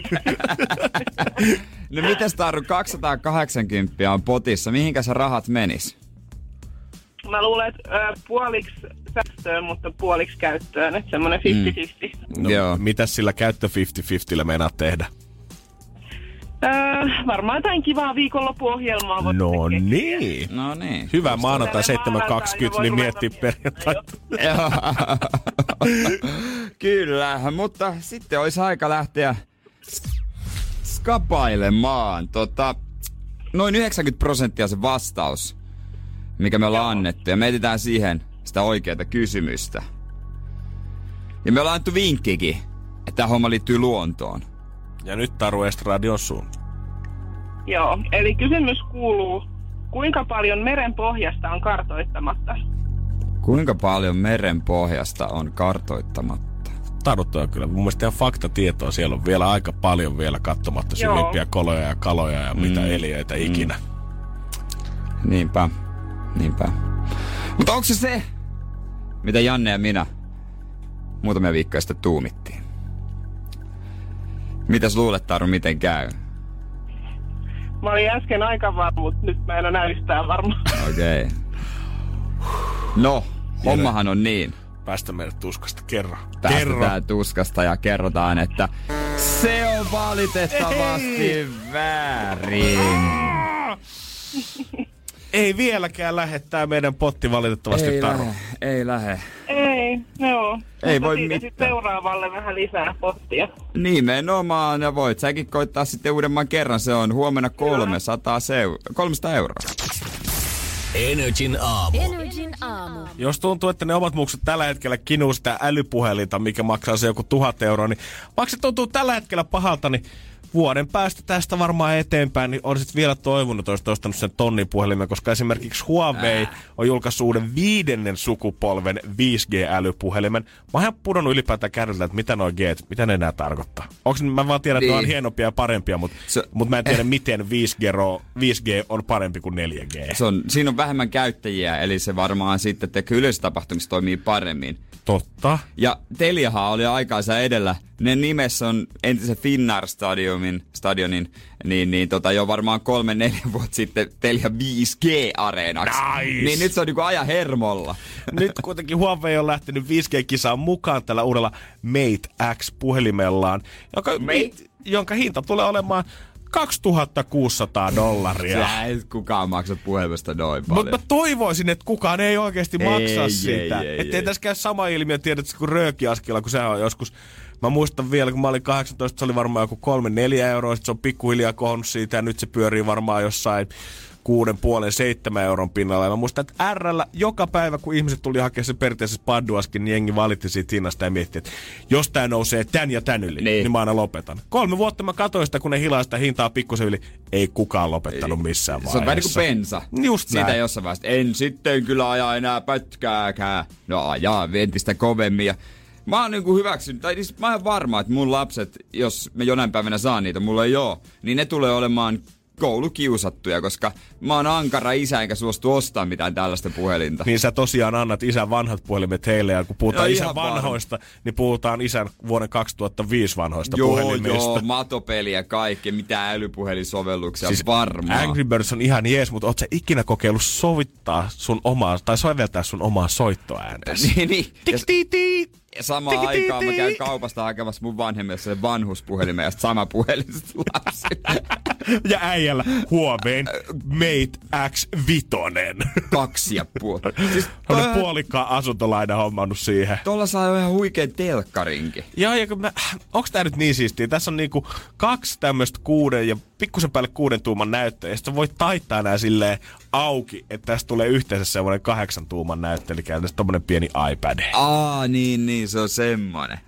No mites Taru, kaksisataakahdeksankymmentä on potissa, mihinkä sä rahat menis? Mä luulen, että äh, puoliksi säästöön, mutta puoliksi käyttöön, että semmonen viisikymmentä viisikymmentä. No, joo. Mitäs sillä käyttö viisikymmentä viisikymmentä meinaat tehdä? Öö, varmaan jotain kivaa viikonloppuohjelmaa voit No keksiä. niin. No niin. Hyvä maanantai seitsemän kaksikymmentä, niin miettii perjantai. Kyllä, mutta sitten olisi aika lähteä skapailemaan. Tota, noin yhdeksänkymmentä prosenttia se vastaus, mikä me ollaan annettu. Ja me etsitään siihen sitä oikeaa kysymystä. Ja me ollaan annettu vinkkikin, että tämä homma liittyy luontoon. Ja nyt Taru Estradi on sun. Joo, eli kysymys kuuluu, kuinka paljon meren pohjasta on kartoittamatta? Kuinka paljon meren pohjasta on kartoittamatta? Taruttu on kyllä. Mun mielestä ihan faktatietoa. Siellä on vielä aika paljon vielä katsomatta Joo. syvimpiä koloja ja kaloja ja mitä Mm. eliöitä ikinä. Niinpä, niinpä. Mutta onko se se, mitä Janne ja minä muutamia viikkoja sitten tuumittiin? Mitäs luulet, Taru, miten käy? Mä olin äsken aika varma, mutta nyt mä en ole näystää varma. Okei. Okay. No, hommahan on niin. Päästä meidät tuskasta, kerro. Päästetään kerro. tuskasta ja kerrotaan, että se on valitettavasti Ei. väärin. Ei vieläkään lähde tää meidän potti valitettavasti, ei Taru. Lähe, ei lähe. Ei, joo. Ei Mutta voi siitä mitään. sitten seuraavalle vähän lisää pottia. Nimenomaan, ja voit säkin koittaa sitten uudemman kerran. Se on huomenna kolmesataa, seu- kolmesataa euroa. Energin aamu. Energin aamu. Jos tuntuu, että ne omat muksut tällä hetkellä kinuu sitä älypuhelinta, mikä maksaa se joku tuhat euroa, niin vaikka se tuntuu tällä hetkellä pahalta, niin vuoden päästä tästä varmaan eteenpäin, niin olisit vielä toivonut, että olisit ostanut sen tonnin puhelimen, koska esimerkiksi Huawei äh. on julkaissut uuden viidennen sukupolven viisi G-älypuhelimen. Mä oon ihan pudonnut ylipäätään kärryllä, että mitä nuo G, mitä ne enää tarkoittaa. Onks, mä vaan tiedän, että niin. ne on hienompia ja parempia, mutta so, mut mä en tiedä, eh. miten viisi G, viisi G on parempi kuin neljä G. Se on, siinä on vähemmän käyttäjiä, eli se varmaan sitten että yleisötapahtumissa toimii paremmin. Totta. Ja Teliahan oli aikaansa edellä. Ne nimessä on entisen Finnair Stadionin, stadionin niin, niin tota, jo varmaan kolme, neljä vuotta sitten Telia viisi G-areenaksi. Nice. Niin nyt se on niinku ajan hermolla. Nyt kuitenkin Huawei on lähtenyt viisi G-kisaan mukaan tällä uudella Mate X-puhelimellaan, jonka, Mate? jonka hinta tulee olemaan kaksituhattakuusisataa dollaria. Sä et kukaan maksa puhelimesta noin paljon. Mutta mä toivoisin, että kukaan ei oikeasti ei, maksa ei, sitä. Ei, ei, Ettei ei. tässä käy sama ilmiö, tiedätkö, kuin röökiaskilla, kun sehän on joskus. Mä muistan vielä, kun mä olin kahdeksantoista, se oli varmaan joku kolme neljä euroa, sit se on pikkuhiljaa kohonnut siitä ja nyt se pyörii varmaan jossain kuuden puolen seitsemän euron pinnalla. Ja mä muistan, että R:llä joka päivä, kun ihmiset tuli hakemaan se periaatteessa padduaskin, niin jengi valitti siitä hinnasta ja mietti, että jos tää nousee tän ja tän yli, niin, niin mä aina lopetan. Kolme vuotta mä katsoin sitä, kun ne hilaa sitä hintaa pikkusen yli. Ei kukaan lopettanut missään vaiheessa. Se on vähän niin kuin bensa. Just Siitä näin. jossain vaiheessa. En sitten kyllä ajaa enää pätkääkään. No ajaa entistä kovemmin. Ja mä oon niinku hyväksynyt, tai siis mä oon varma, että mun lapset, jos me jonain päivänä saan niitä, mulla ei oo, niin ne tulee olemaan koulukiusattuja, koska mä oon ankara isä enkä suostu ostaa mitään tällaista puhelinta. Niin sä tosiaan annat isän vanhat puhelimet heille, ja kun puhutaan no, isän vanhoista, varma. niin puhutaan isän vuoden kaksituhattaviisi vanhoista joo, puhelimista. Joo, matopeli ja kaikki, mitä älypuhelinsovelluksia siis varmaan. Angry Birds on ihan jees, mutta oot sä ikinä kokeillut sovittaa sun omaa, tai soveltaa sun omaa soittoääntäsi? niin, niin. Tik-tii-tii. Ja samaan aikaan mä käyn kaupasta hakemassa mun vanhemmille sen vanhuspuhelimen ja sama puhelin lapsille. Ja äijällä Huawei Mate X viisi. Kaksi ja puoli. Siis on toi... puolikkaan asuntolaina hommannut siihen. Tuolla saa jo ihan huikean telkkarinkin. Joo, ja kun mä, onks tää nyt niin siistiä? Tässä on niinku kaksi tämmöstä kuuden ja pikkusen päälle kuuden tuuman näyttöä. Ja sitten voit taittaa nää silleen auki, että tästä tulee yhteensä semmoinen kahdeksan tuuman näyttö. Eli käytännössä tommonen pieni iPad. Aa, niin, niin, se on semmonen.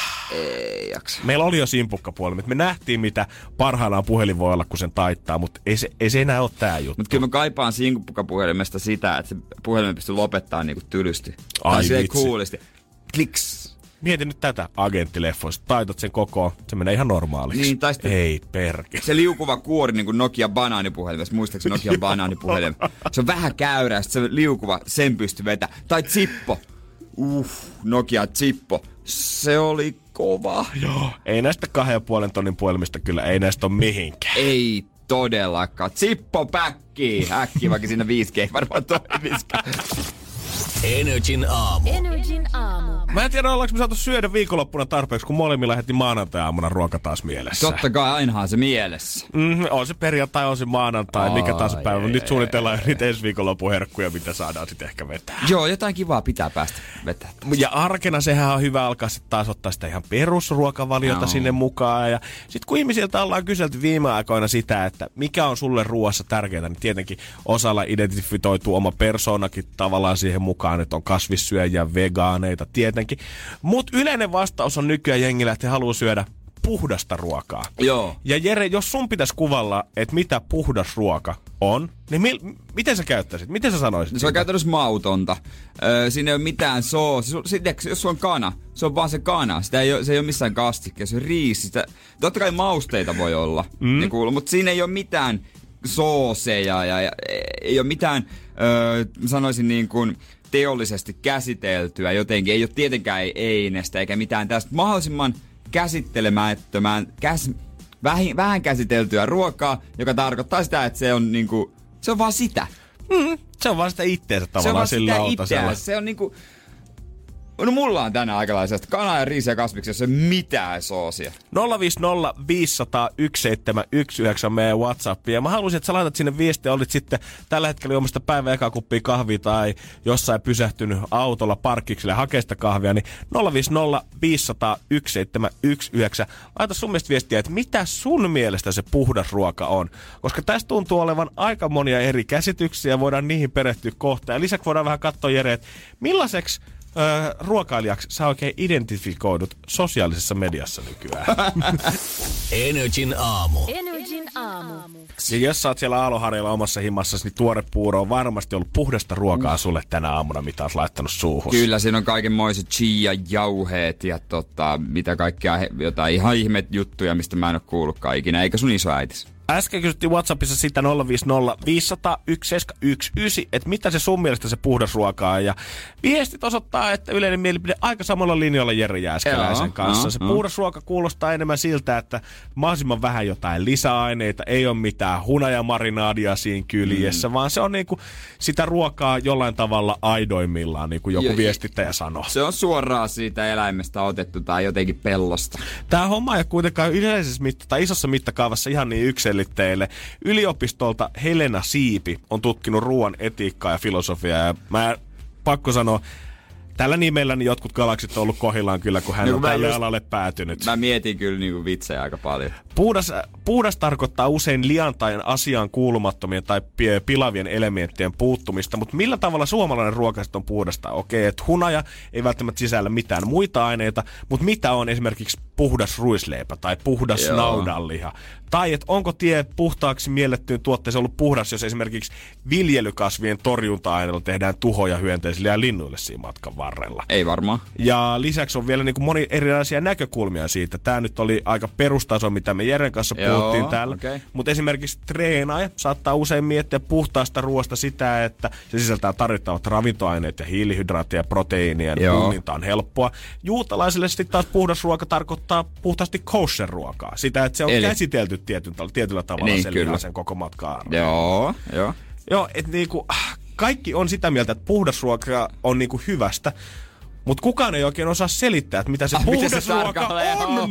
Ei jaksa. Meillä oli jo simpukkapuhelimet. Me nähtiin, mitä parhaillaan puhelin voi olla, kun sen taittaa, mutta ei se, ei se enää ole tää juttu. Mutta kyllä mä kaipaan simpukkapuhelimesta sitä, että se puhelimen pystyy lopettaa niinku tylysti. Ai tai silleen vitsi. coolisti. Kliks. Mieti nyt tätä agenttileffoista. Taitat sen koko, se menee ihan normaaliksi. Niin, tai sitten ei perkele. se liukuva kuori niin kuin Nokia banaanipuhelimessa. Muistaakseni Nokia banaanipuhelin? Se on vähän käyrä, se liukuva, sen pystyy vetämään. Tai Zippo. Uff, Nokia Zippo. Se oli kova. Joo. Ei näistä kahden ja puolen tonnin puhelimista kyllä, ei näistä ole mihinkään. Ei todellakaan. Zippo päkkii. Äkki, vaikka siinä viisi G varmaan toimiskaan. Energin aamu. Energin aamu. Mä en tiedä, ollaanko me saatu syödä viikonloppuna tarpeeksi, kun molemmilla heti maanantai-aamuna ruoka taas mielessä. Totta kai, ainahan se mielessä. Mm, on se perjantai, on se maanantai, Aa, mikä taas päivä. jee, Nyt suunnitellaan niitä ensi viikonlopun herkkuja, mitä saadaan sitten ehkä vetää. Joo, jotain kivaa pitää päästä vetää. Ja arkena sehän on hyvä alkaa sitten taas ottaa sitä ihan perusruokavaliota no. sinne mukaan. Ja sitten kun ihmisiltä ollaan kyselty viime aikoina sitä, että mikä on sulle ruoassa tärkeää, niin tietenkin osalla identifitoituu oma persoonakin tavallaan siihen mukaan, että on kasvissyöjiä, vegaaneita tietenkin. Mutta yleinen vastaus on nykyään jengillä, että he haluaa syödä puhdasta ruokaa. Joo. Ja Jere, jos sun pitäisi kuvalla, että mitä puhdas ruoka on, niin mi- miten sä käyttäisit? Miten sä sanoisit? Se on käytännössä mautonta. Öö, siinä ei ole mitään soosia. Jos sulla on kana, se on vaan se kana. Sitä ei ole, se ei ole missään kastikkeessa. Se on riisi. Sitä, totta kai mausteita voi olla, mm. ne kuuluu, mutta siinä ei ole mitään sooseja ja, ja ei ole mitään, öö, sanoisin niin kuin teollisesti käsiteltyä jotenkin. Ei ole tietenkään einestä eikä mitään tästä. Mahdollisimman käsittelemättömään, käs, vähän, vähän käsiteltyä ruokaa, joka tarkoittaa sitä, että se on niinku, se on vaan sitä. Mm, se on vaan sitä itteensä tavallaan sillä Se on vaan sitä lautasella. itseään. Se on niinku... No mulla on tänään aikalaisesta kanaa ja riisiä ja kasviksia, jos ei mitään soosia. nolla viisi nolla viisi nolla nolla yksi seitsemän yksi yhdeksän meidän WhatsAppia. Ja mä haluaisin, että sä laitat sinne viestiä, olit sitten tällä hetkellä juomasta päivän eka kuppia kahvia tai jossain pysähtynyt autolla parkkikselle hakea sitä kahvia, niin nolla viisi nolla viisi nolla nolla yksi seitsemän yksi yhdeksän. Laita sun mielestä viestiä, että mitä sun mielestä se puhdas ruoka on. Koska tässä tuntuu olevan aika monia eri käsityksiä ja voidaan niihin perehtyä kohta. Ja lisäksi voidaan vähän katsoa, Jere, että millaiseksi Öö, ruokailijaksi sä oikein identifikoidut sosiaalisessa mediassa nykyään. Energin aamu. Energin aamu. Ja jos sä oot siellä aaloharjalla omassa himassasi, niin tuore puuro on varmasti ollut puhdasta ruokaa sulle tänä aamuna, mitä oot laittanut suuhun. Kyllä, siinä on kaikenmoiset chia-jauheet ja tota, mitä kaikkea, jotain ihan ihme juttuja, mistä mä en oo kuullutkaan ikinä, eikä sun isoäitis. Äsken kysyttiin WhatsAppissa sitä nolla viisi nolla viisi nolla nolla yksi seitsemän yksi yhdeksän, että mitä se sun mielestä se puhdas ruoka on. Ja viestit osoittaa, että yleinen mielipide aika samalla linjalla Jere Jääskeläisen kanssa. Joo, se joo. puhdas ruoka kuulostaa enemmän siltä, että mahdollisimman vähän jotain lisäaineita, ei ole mitään hunajamarinadia siinä kyljessä, mm. vaan se on niinku sitä ruokaa jollain tavalla aidoimmillaan, niin kuin joku Ja- viestittäjä sanoo. Se on suoraan siitä eläimestä otettu tai jotenkin pellosta. Tämä homma ei ole kuitenkaan yleisessä mitta- tai isossa mittakaavassa ihan niin yksilitteille. Yliopistolta Helena Siipi on tutkinut ruoan etiikkaa ja filosofiaa. Ja mä pakko sanoa, tällä nimellä niin jotkut galaksit on ollut kohillaan kyllä, kun hän No, on mä tälle just- alalle päätynyt. Mä mietin kyllä niinku vitsejä aika paljon. Puhdas, puhdas tarkoittaa usein liian tai asiaan kuulumattomien tai pi- pilavien elementtien puuttumista, mutta millä tavalla suomalainen ruoka sitten on puhdasta? Okei, että hunaja ei välttämättä sisällä mitään muita aineita, mutta mitä on esimerkiksi puhdas ruisleipä tai puhdas Joo. naudanliha? Tai että onko tie puhtaaksi miellettyyn tuotteeseen ollut puhdas, jos esimerkiksi viljelykasvien torjunta-aineilla tehdään tuhoja hyönteisille ja linnuille siinä matkan varrella? Ei varmaan. Ja lisäksi on vielä niin kuin moni erilaisia näkökulmia siitä. Tämä nyt oli aika perustaso, mitä me Jeren kanssa Joo, puhuttiin täällä. okei. Mutta esimerkiksi treenaaja saattaa usein miettiä puhtaasta ruoasta sitä, että se sisältää tarvittavat ravintoaineet ja hiilihydraatteja ja proteiinia. Ja Joo. punninta on helppoa. Juutalaisille sitten taas puhdas ruoka tarkoittaa puhtaasti kosher-ruokaa. Sitä, että se on Eli- käsitelty tietyn, tietyllä tavalla Niin, sen kyllä. lihasen koko matkaa. Joo, joo. Joo, että niinku, kaikki on sitä mieltä, että puhdas ruoka on niinku hyvästä, mutta kukaan ei oikein osaa selittää, että mitä se Ah, mitä puhdas se ruoka tarkalleen on.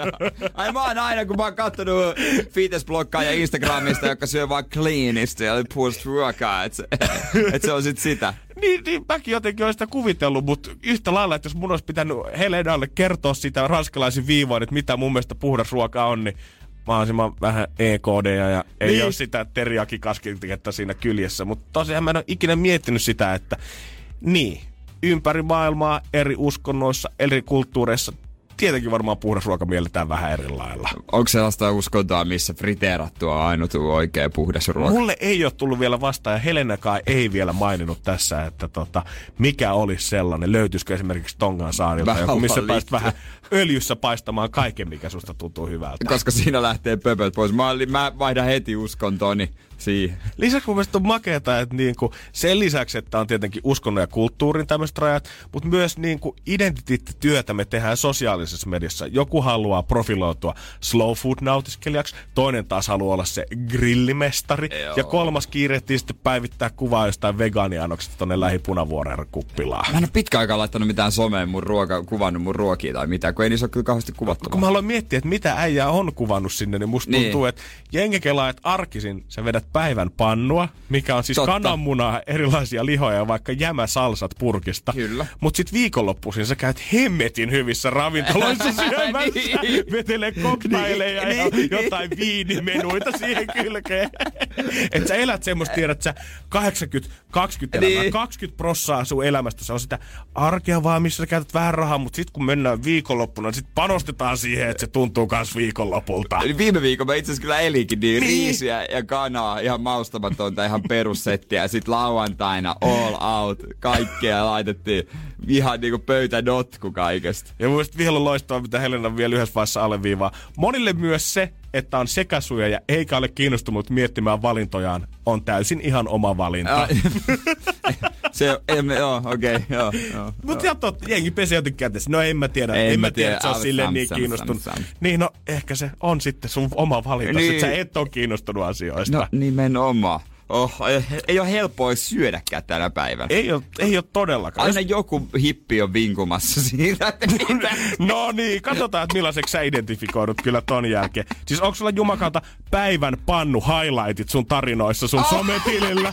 Ai mä oon aina, kun mä oon kattonut fitnessbloggaa ja Instagramista, joka syö vaan cleanista ja puhdasta ruokaa, että se, et se on sit sitä. Niin, niin mäkin jotenkin olen sitä kuvitellut, mutta yhtä lailla, että jos mun olisi pitänyt Helenalle kertoa sitä ranskalaisin viivoin, että mitä mun mielestä puhdas ruoka on, niin mahdollisimman vähän E K D ja ei Niin. ole sitä teriyaki-kastiketta siinä kyljessä. Mutta tosiaan mä en ole ikinä miettinyt sitä, että niin, ympäri maailmaa, eri uskonnoissa, eri kulttuureissa, tietenkin varmaan puhdas ruoka mielletään vähän eri lailla. Onko sellaista uskontoa, missä friteerattua on ainut oikea puhdas ruoka? Mulle ei ole tullut vielä vastaan ja Helenakaan ei vielä maininnut tässä, että tota, mikä olisi sellainen. Löytyisikö esimerkiksi Tongan saarilta Vähän joku, missä vaan pääsit liittyy. vähän öljyssä paistamaan kaiken, mikä susta tuntuu hyvältä. Koska siinä lähtee pöpöt pois. Mä, olin- mä vaihdan heti uskontoni siihen. Lisäksi mun mielestä on makeata, että niinku sen lisäksi, että on tietenkin uskonnon ja kulttuurin tämmöiset rajat, mutta myös niinku identiteettityötä me tehdään sosiaalisessa mediassa. Joku haluaa profiloitua slow food nautiskelijaksi, toinen taas haluaa olla se grillimestari, Joo. ja kolmas kiirehtii sitten päivittää kuvaa jostain vegaaniannoksesta tonne lähipunavuoren kuppilaan. Mä en ole pitkä aikaa laittanut mitään someen mun ruoka, kuvannut mun ruokia tai mitään, kun ei niissä ole kyllä kauheasti kuvattu. Kun mä aloin miettiä, että mitä äijää on kuvannut sinne, niin musta Niin. tuntuu, että jengi kelaa, että arkisin sä vedät päivän pannua, mikä on siis Totta. kananmunaa, erilaisia lihoja ja vaikka jämäsalsat purkista. Kyllä. Mut sit viikonloppuisin sä käyt hemmetin hyvissä ravintoloissa syömässä, Niin. vetelee cocktailleja ja Niin. jotain viinimenuita siihen kylkeen. Et sä elät semmoista, tiedät sä, kahdeksankymmentä kaksikymmentä elämää. Niin. kaksikymmentä prossaa sun elämästä. Se on sitä arkea vaan, missä sä käytät vähän rahaa, mutta sit kun mennään viikonloppuna, niin sit panostetaan siihen, että se tuntuu kans viikonlopulta. Eli viime viikolla mä itse asiassa kyllä elinkin niin, Niin. riisiä ja kanaa, ihan maustamatonta, ihan perussettiä. Ja sit lauantaina all out, kaikkea laitettiin ihan niinku pöytänotku kaikesta. Ja mun mielestä vielä on loistavaa, mitä Helena vielä yhdessä vaiheessa alleviivaa. Monille myös se, että on sekasuja eikä ole kiinnostunut miettimään valintojaan, on täysin ihan oma valinta. Ää, Se, emme, joo, okei, okay, joo, joo. Mut ihan totta, jengi pesi jotenkin kätessä. No en mä tiedä, en, en mä mä tiedä, että se on silleen niin sam, kiinnostunut. sam, sam. Niin no, ehkä se on sitten sun oma valinta, niin. Että sä et ole kiinnostunut asioista. No nimenomaan. Oh, ei, ei ole helppoa syödäkään tänä päivänä. Ei ole, ei ole todellakaan. Aina joku hippi on vinkumassa siitä, että mitä. No niin, katsotaan, että millaiseksi sä identifikoidut kyllä ton jälkeen. Siis onko sulla jumakalta päivän pannu highlightit sun tarinoissa sun oh. sometilillä?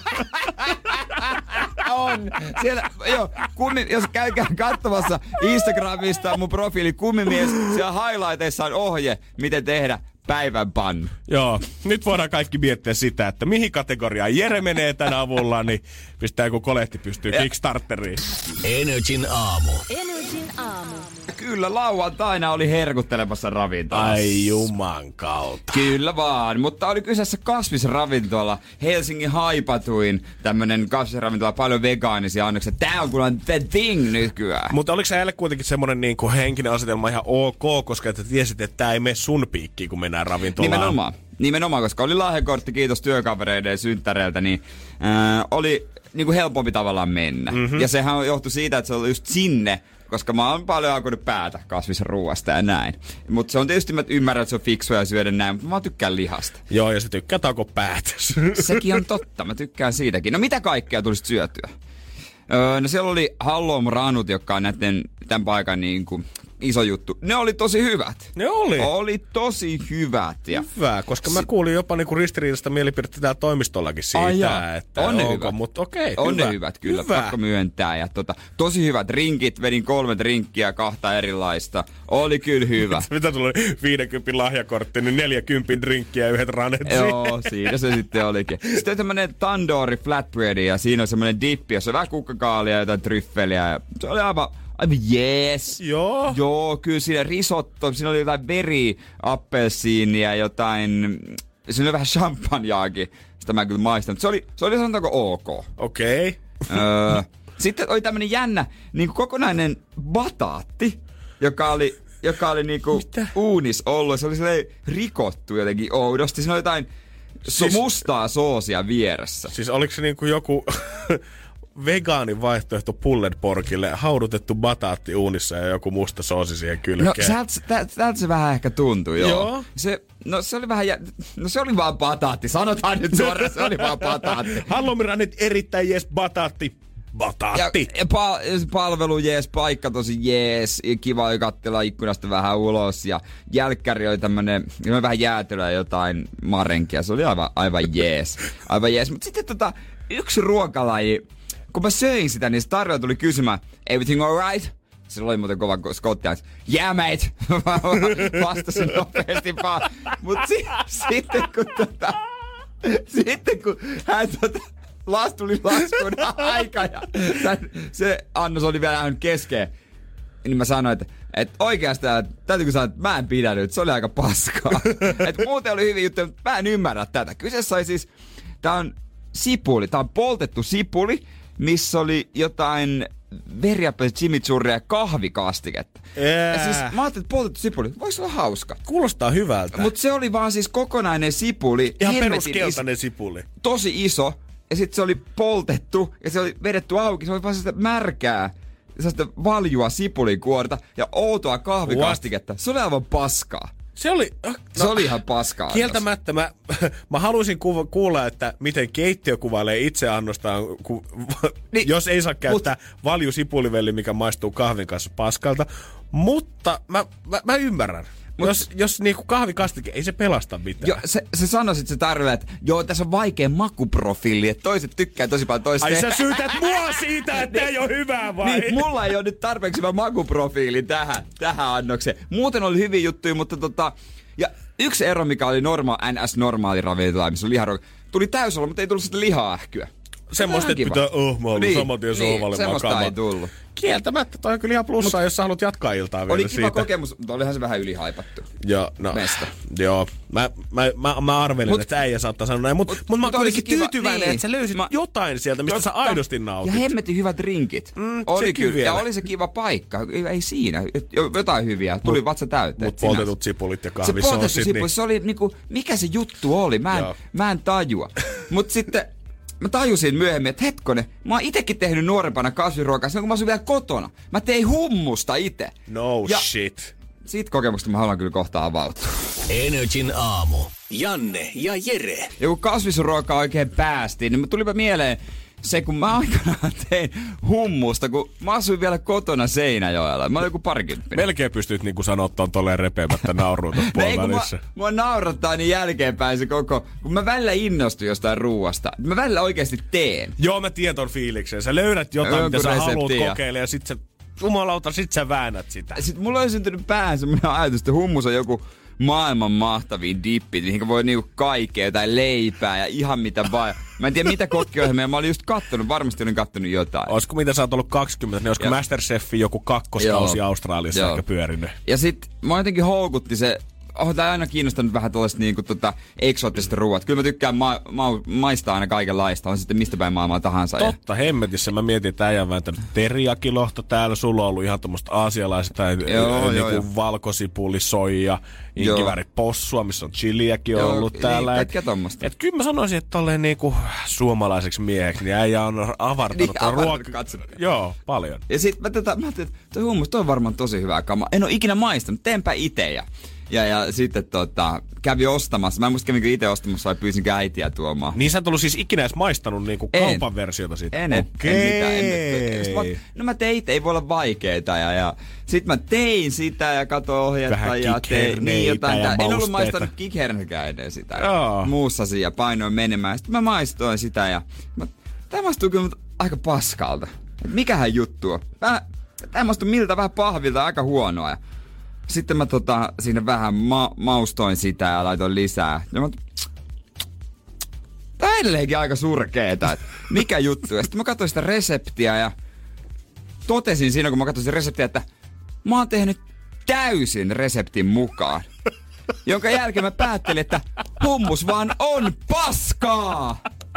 On. Siellä, joo, kummi, jos käykää katsomassa Instagramista mun profiili Kummimies, siellä highlighteissa on ohje, miten tehdä päivän pannu. Joo, nyt voidaan kaikki miettiä sitä, että mihin kategoriaan Jere menee tänä avulla, niin pistää joku kolehti pystyy Kickstarteriin. Energin aamu. Energin aamu. Kyllä, lauantaina oli herkuttelemassa ravintolassa. Ai juman kautta. Kyllä vaan, mutta oli kyseessä kasvisravintola. Helsingin haipatuin tämmönen kasvisravintola, paljon vegaanisia annoksia. Tää on kyllä the thing nykyään. Mutta oliko sä kuitenkin semmonen niin kuin henkinen asetelma ihan ok, koska että tiesit, että tää ei mene sun piikkiin, kun mennään ravintolaan? Nimenomaan. Nimenomaan, koska oli lahjakortti, kiitos työkavereiden ja synttäreiltä, niin äh, oli niin kuin helpompi tavallaan mennä. Mm-hmm. Ja sehän johtui siitä, että se oli just sinne, koska mä oon paljon alkanut päätä kasvisruuasta ja näin. Mutta se on tietysti, mä ymmärrän, että se on fiksua syödä näin, mutta mä tykkään lihasta. Joo, ja se tykkää tauko päätös. Sekin on totta, mä tykkään siitäkin. No mitä kaikkea tulisi syötyä? Öö, no siellä oli Hallom ranut, jotka on näiden, tämän paikan niin kuin iso juttu. Ne oli tosi hyvät. Ne oli? Oli tosi hyvät. Ja hyvä, koska mä kuulin jopa niinku ristiriidasta mielipidettä täällä toimistollakin siitä, Ai että on ne onko, hyvät. Mutta okei, on hyvä. ne hyvät, kyllä, hyvä. Pakko myöntää. Ja tota, tosi hyvät rinkit, vedin kolme rinkkiä, kahta erilaista. Oli kyllä hyvä. Mitä tuli viidenkympin lahjakortti, niin neljäkympin drinkkiä ja yhdet ranetsi. Joo, siinä se sitten olikin. Sitten on tämmönen tandoori flatbread ja siinä on semmonen dippi, jossa on vähän kukkakaalia ja jotain tryffeliä. Se oli aivan... Aivan jees. Joo. Joo, kyllä siinä risotto, siinä oli jotain beri, appelsiinia, jotain, siinä oli vähän champanjaakin. Sitä mä kyllä maistan. Se oli, se oli sanotaanko ok. Okei. Okay. Öö, sitten oli tämmönen jännä, niinku kokonainen bataatti, joka oli, joka oli niinku uunis ollut. Se oli silleen rikottu jotenkin oudosti. Siinä oli jotain siis, mustaa soosia vieressä. Siis oliko se niinku joku... vegaanin vaihtoehto pulled porkille, haudutettu bataatti uunissa ja joku musta soosi siihen kylkeen. No täältä tält se vähän ehkä tuntui, joo. joo. Se, no se oli vähän, jä... no se oli vaan bataatti, sanotaan nyt suoraan, se oli vaan bataatti. Halloumira nyt erittäin jees bataatti. Bataatti. Ja, ja pal- palvelu jees, paikka tosi jees, kiva oli katsella ikkunasta vähän ulos ja jälkkäri oli tämmönen, vähän jäätelöä jotain marenkia, se oli aivan, aivan jees, aivan jees. Mut sitten tota, yksi ruokalaji, kun mä söin sitä, niin se tarjoa tuli kysymään, everything alright? Se oli muuten kova skottiaksi. Yeah, mate! Vastasin nopeasti vaan. Mut si- sitten kun tota... Sitten kun hän tota... Las tuli laskun aika ja tämän, se annos oli vielä ihan kesken. Niin mä sanoin, että, että oikeastaan täytyykö sanoa, että mä en pidänyt, se oli aika paskaa. Että muuten oli hyviä juttuja, mutta mä en ymmärrä tätä. Kyseessä oli siis, tää on sipuli, tää on poltettu sipuli, missä oli jotain veriappeli, chimichurria ja kahvikastiketta. Yeah. Ja siis mä ajattelin, että poltettu sipuli, voisi olla hauska. Kuulostaa hyvältä. Mutta se oli vaan siis kokonainen sipuli. Ihan peruskeltainen sipuli. Tosi iso. Ja sitten se oli poltettu ja se oli vedetty auki. Se oli vaan sitä märkää, sellaista valjua sipulikuorta ja outoa kahvikastiketta. Se oli aivan paskaa. Se oli... No, se oli ihan paskaa. Kieltämättä mä, mä haluaisin kuva, kuulla, että miten keittiö kuvailee itse annostaan, ku, niin, jos ei saa käyttää mut, valjusipulivelli, mikä maistuu kahvin kanssa paskalta. Mutta mä, mä, mä ymmärrän. Mut, jos jos niinku kahvikastike, ei se pelasta mitään. Jo, se, se sanoi sit se tarve, että joo, tässä on vaikea makuprofiili, että toiset tykkää tosi paljon toista. Ai sä syytät mua siitä, että ei ole hyvää vai? Niin, mulla ei ole nyt tarpeeksi hyvä makuprofiili tähän, tähän annokseen. Muuten oli hyviä juttuja, mutta tota... Ja yksi ero, mikä oli norma, N S-normaali ravintola, missä on liharuoka, tuli täysolla, mutta ei tullut sitä liha-ähkyä. Semmoista, että pitää, oh, mä oon niin, saman tien niin, sohvalle semmoista makaamaan. ei tullut. Kieltämättä, toi on kyllä ihan plussaa, jos sä haluat jatkaa iltaa vielä oli siitä. Oli kiva kokemus, mutta olihan se vähän ylihaipattu. Joo, no. Mesta. Joo, mä, mä, mä, mä arvelin, mut, että äijä saattaa sanoa näin, mutta mut, mut mä oon kuitenkin tyytyväinen, niin, että sä löysit mä, jotain sieltä, mistä totta, sä aidosti nautit. Ja hemmetin hyvät rinkit. Mm, oli kyllä, vielä. Ja oli se kiva paikka. Ei siinä, jotain hyviä. Tuli mut, vatsa täyteen. Mut poltetut sipulit ja kahvisoosit. Se poltetut sipulit, niin. Se oli niinku, mikä se juttu oli? Mä en, mä en tajua. Mut sitten... mä tajusin myöhemmin, että hetkonen, mä oon itekin tehnyt nuorempana kasviruokaa, silloin kun mä asuin vielä kotona. Mä tein hummusta ite. No ja shit. Siitä kokemusta mä haluan kyllä kohta avautua. Energin aamu. Janne ja Jere. Ja kun kasvisruokaa oikein päästiin, niin mä tulipa mieleen se, kun mä aikanaan tein hummusta, kun mä asuin vielä kotona Seinäjoella. Mä olin joku parikymppinen. Melkein pystyt niinku sanoa ton tolleen repeämättä nauruun tuossa puolivälissä. Mua, mua naurattaa niin jälkeenpäin se koko, kun mä välillä innostun jostain ruuasta. Mä välillä oikeasti teen. Joo, mä tiedän ton fiiliksen. Sä löydät jotain, Jonkun mitä sä haluat reseptiä. kokeilla ja sit sä, jumalauta, sit sä väännät sitä. Sitten mulla on syntynyt päähän semmoinen ajatus, että hummus on joku maailman mahtavin dippi, mihin voi niinku kaikkea, jotain leipää ja ihan mitä vaan. Mä en tiedä mitä kokkiohjelmia, mä olin just kattonut, varmasti olin kattonut jotain. Olisiko mitä sä oot ollut kaksikymmentä, niin olisiko Masterchefin joku kakkoskausi Joo. Australiassa Joo. ehkä pyörinyt? Ja sit mä jotenkin houkutti se, oh, tää aina kiinnostanut vähän tällaista niinku tota eksoottiset ruuat. Kyllä mä tykkään ma- ma- maistaa aina kaikenlaista, on sitten mistä päin maailmaa tahansa. Totta, hemmetissä. Mä mietin, että äijä on vääntänyt teriyakilohta täällä. Sulla on ollut ihan tommoista aasialaista, Joo, niin joo, joo. valkosipuli, soija, inkiväri possua, missä on chiliäkin Joo, ollut niin, täällä. kaikkea tommosta. Et kyllä mä sanoisin, että tolleen niinku suomalaiseksi mieheksi, niin äijä on avartanut Niin, ton avartanut ruoka... katsomista. Joo, paljon. Ja sit mä, tätä, mä ajattelin, että toi hummus, toi on varmaan tosi hyvää kamaa. En oo ikinä maistanut, teenpä ite. Ja, ja, ja sitten tota, kävi ostamassa. Mä en muista kävinkö ite ostamassa vai pyysinkö äitiä tuomaan. Niin sä et ollut siis ikinä edes maistanut niinku En. kaupan versiota siitä? En, en, Okei. en mitään. En, en, mä, no mä tein itse, ei voi olla vaikeeta. Ja, ja sit mä tein sitä ja katsoin ohjetta. Vähän ja tein niin jotain. ja En ollut mausteita. maistanut kikhernekään ennen sitä. Joo. Muussasin ja painoin menemään. Sitten mä maistoin sitä ja mä, tää maistuu kyllä aika paskalta. Et mikähän juttu on? Vähän, tää maistuu miltä vähän pahvilta, aika huonoa. Ja sitten mä tota, siinä vähän ma- maustoin sitä ja laitoin lisää. Ja mä, tää on edelleenkin aika surkeeta, että mikä juttu. Ja sitten mä katsoin sitä reseptiä ja totesin siinä, kun mä katsoin sitä reseptiä, että mä oon tehnyt täysin reseptin mukaan. Jonka jälkeen mä päättelin, että hummus vaan on paskaa!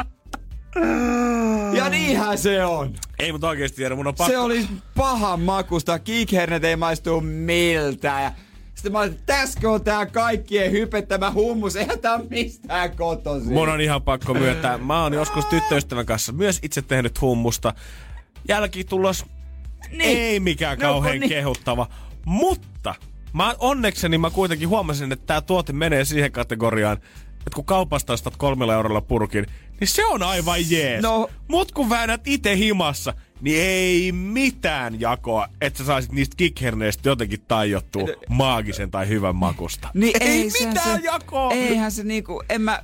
Ja niinhän se on. Ei, mutta oikeesti tiedä, mun on pakko... Se oli pahan makusta, kikhernet ei maistu miltään. Ja sitten mä olin, että täskö on tää kaikkien hypettämä hummus, eihän tää ole mistään kotoisin. Mun on ihan pakko myöntää. Mä oon joskus tyttöystävän kanssa myös itse tehnyt hummusta. Jälkitulos Niin. ei mikään No, kauhean niin. kehuttava. Mutta mä onnekseni mä kuitenkin huomasin, että tää tuote menee siihen kategoriaan, että kun kaupasta ostat kolmella eurolla purkin, niin se on aivan jees. No. Mut kun väännät ite himassa, niin ei mitään jakoa, että sä saisit niistä kikherneistä jotenkin tajottua maagisen tai hyvän makusta. Niin ei ei se- mitään se, jakoa! Eihän se niinku, en mä...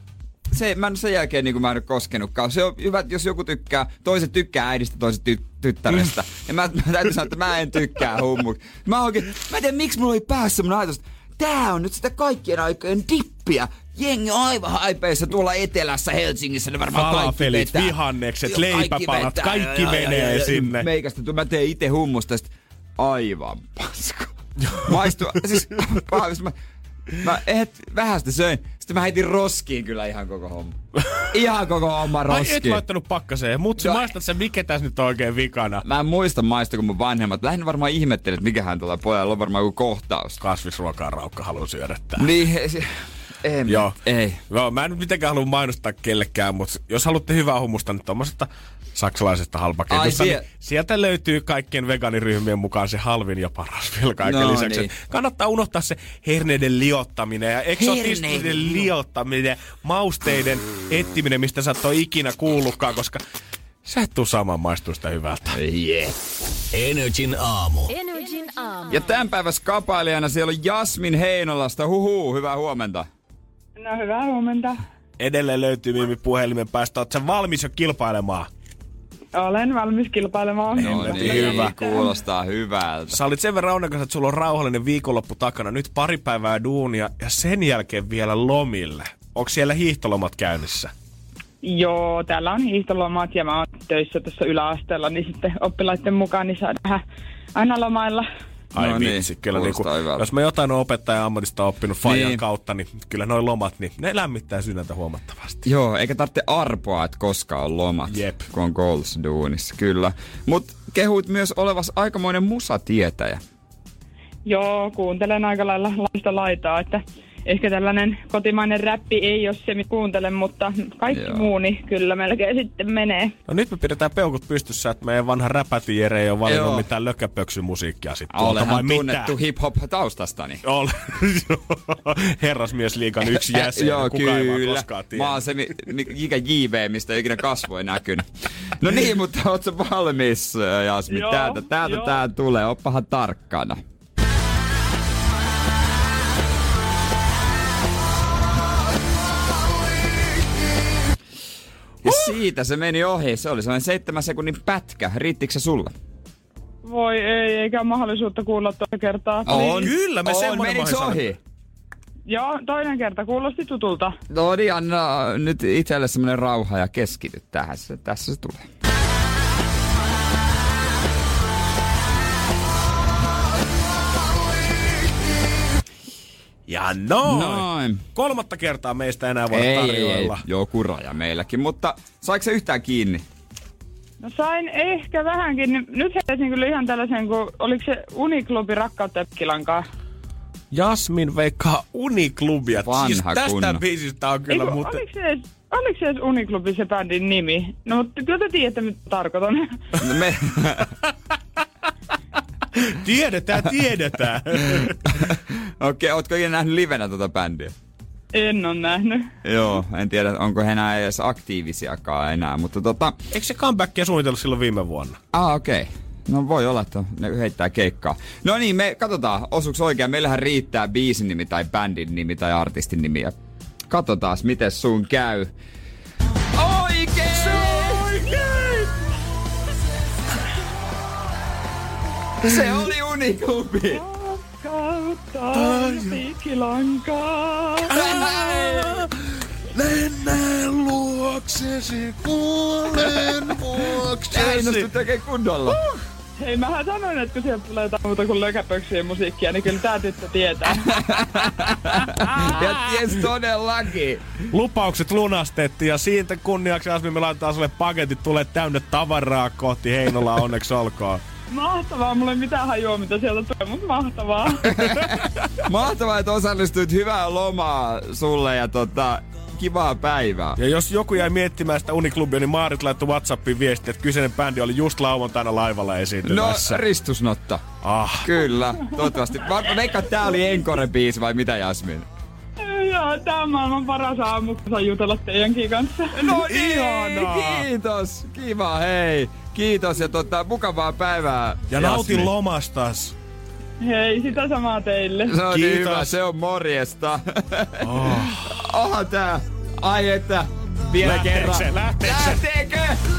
Se, mä en sen jälkeen niinku mä en ole koskenutkaan. Se on hyvä, jos joku tykkää, toiset tykkää äidistä, toiset ty- tyttärestä. Ja mä, mä täytyy sanoa, että mä en tykkää hummus. Mä oikein, mä en tiedä miksi mulla oli päässä semmonen ajatus, että tää on nyt sitä kaikkien aikojen dippiä. Jengi on aivan haipeissa tuolla etelässä Helsingissä. Ne varmaan kaikki Falafelit, vetää. vihannekset, Joo, leipäpalat, vetää. kaikki Ja, ja, menee ja, ja, sinne. Meikästä, mä teen ite hummusta, sit aivan paska. Maistuu, siis pahvis, mä, mä et, vähästä söin. Sitten mä heitin roskiin kyllä ihan koko homma. Ihan koko homma Ai et roskiin. laittanut pakkaseen. Mutsi, No, maistat sä, mikä tässä nyt on oikein vikana? Mä en muista maista, kun mun vanhemmat. Lähinnä varmaan ihmettelin, että mikähän tuolla pojalla on varmaan joku kohtaus. Kasvisruokaa Raukka haluaa syödä tää. Niin, he- se, en, Joo. ei. Joo, mä en nyt mitenkään halua mainostaa kellekään, mutta jos haluatte hyvää hummusta, niin tommosesta saksalaisesta halpaketjusta, Ai, niin sie- sieltä löytyy kaikkien vegaaniryhmien mukaan se halvin ja paras vielä kaiken No lisäksi. niin. Kannattaa unohtaa se herneiden liottaminen ja eksotistinen Herneiden liottaminen, mausteiden etsiminen, mistä sä et ole ikinä kuullutkaan, koska sä et tuu saamaan maistua sitä hyvältä. Yeah. Energin aamu. Energin aamu. Ja tämän päivän skapailijana siellä on Jasmin Heinolasta. Huhu, hyvää huomenta. No hyvää huomenta. Edelleen löytyy Mimi puhelimen päästä. Oot sä valmis jo kilpailemaan? Olen valmis kilpailemaan. No Hemmetin niin, hyvä. kuulostaa hyvältä. Sä olit sen verran onnekas, että sulla on rauhallinen viikonloppu takana. Nyt pari päivää duunia ja sen jälkeen vielä lomille. Onko siellä hiihtolomat käynnissä? Joo, täällä on hiihtolomat ja mä oon töissä tuossa yläasteella, niin sitten oppilaiden mukaan niin saa vähän aina lomailla. Ai No niin, vitsi, kyllä niinku, kuulostaa hyvältä. jos mä jotain on opettajan ammatista oppinut Fajan Niin. kautta, niin kyllä noi lomat, niin ne lämmittää sydäntä huomattavasti. Joo, eikä tarvitse arpoa, että koskaan on lomat, Jep. kun on koulussa duunissa, kyllä. Mut kehuit myös olevas aikamoinen musatietäjä. Joo, kuuntelen aika lailla laista laitaa, että ehkä tällainen kotimainen räppi ei ole se, mitä kuuntelen, mutta kaikki Joo. muu, niin kyllä melkein sitten menee. No nyt me pidetään peukut pystyssä, että meidän vanha räpäti Jere ei ole valinnut Joo. mitään lökäpöksymusiikkia sitten. Olehan tunnettu hip-hop taustastani. Ole. Herrasmiesliigan yksi jäsen. Joo, kuka ei vaan kyllä. koskaan tiedä. Mä oon se mi- mi- ikä J V, mistä ikinä kasvo ei näkynyt. No niin, mutta oot sä valmis, Jasmi? Joo, Täältä, täältä joo. tää tulee. Oppahan tarkkana. Ja siitä se meni ohi. Se oli sellainen seitsemän sekunnin pätkä. Riittikö se sulle? Voi ei, eikä mahdollisuutta kuulla toista kertaa. On. Kyllä, me on. semmonen Menikö vaihe ohi? Joo, toinen kerta kuulosti tutulta. No niin, anna nyt itselle semmonen rauha ja keskity tähän. Se, tässä se tulee. Ja noin. Noin. Kolmatta kertaa meistä enää voi Ei, ei, tarjoilla. joku raja meilläkin, mutta saiko se yhtään kiinni? No sain ehkä vähänkin. Nyt heräsin kyllä ihan tällaisen, kun oliko se Uniklubi Rakkautta ja Pikkilankaa? Jasmin veikkaa Uniklubia. Vanha Siis tästä kunnon. biisistä on kyllä Eiku, muuten... oliko, se edes, oliko se edes Uniklubi se bändin nimi? No mutta kyllä te tiedätte, mitä tarkoitan. No me... Tiedetään, tiedetään. Okei, okay, ootko ikinä nähnyt livenä tota bändiä? En ole nähnyt. Joo, en tiedä, onko he enää edes aktiivisiakaan enää, mutta tota... Eikö se comebackia suunnitellut silloin viime vuonna? Ah, okei. Okay. No voi olla, että ne heittää keikkaa. No niin, me katsotaan, osuuks oikein. Meillähän riittää biisin nimi tai bändin nimi tai artistin nimi. Ja katsotaan, miten sun käy. Oikein! Se on oikein! Se oli Uniklubi! Rakkautta ja Pikkilankaa. Lennän luoksesi, kuolen vuoksesi. Ei innostu tekee kunnolla. Hei, mähän sanoin, että kun sieltä tulee jotain muuta kuin lökäpöksiä musiikkia, niin kyllä tää tyttö tietää. Ja ties todellakin. Lupaukset lunastettiin ja siitä kunniaksi Jasmi me laitetaan sulle paketit, tulee täynnä tavaraa kohti Heinolaa, onneksi olkoon. Mahtavaa, mulla ei mitään hajua, mitä sieltä tulee, mutta mahtavaa. Mahtavaa, että osallistuit. Hyvää lomaa sulle ja tota, kivaa päivää. Ja jos joku jäi miettimään sitä Uniklubia, niin Maarit laittoi WhatsAppiin viesti, että kyseinen bändi oli just lauantaina laivalla No, esiintymässä. ristusnotta. Ah. Kyllä, toivottavasti. Mä veikkaan, että tää oli Encore-biisi vai mitä, Jasmin? Joo, tää on maailman paras aamu, kun saan jutella teidänkin kanssa. No Ihanaa. Kiitos, kiva, hei. Kiitos ja tota, mukavaa päivää, Ja Jasmin. nautin lomastas. Hei, sitä samaa teille. Se on niin Kiitos. hyvä, se on morjesta. Oh. Oha tää. Ai että. Vielä Lähteekö kerran. se? Lähteekö se? Lähteekö?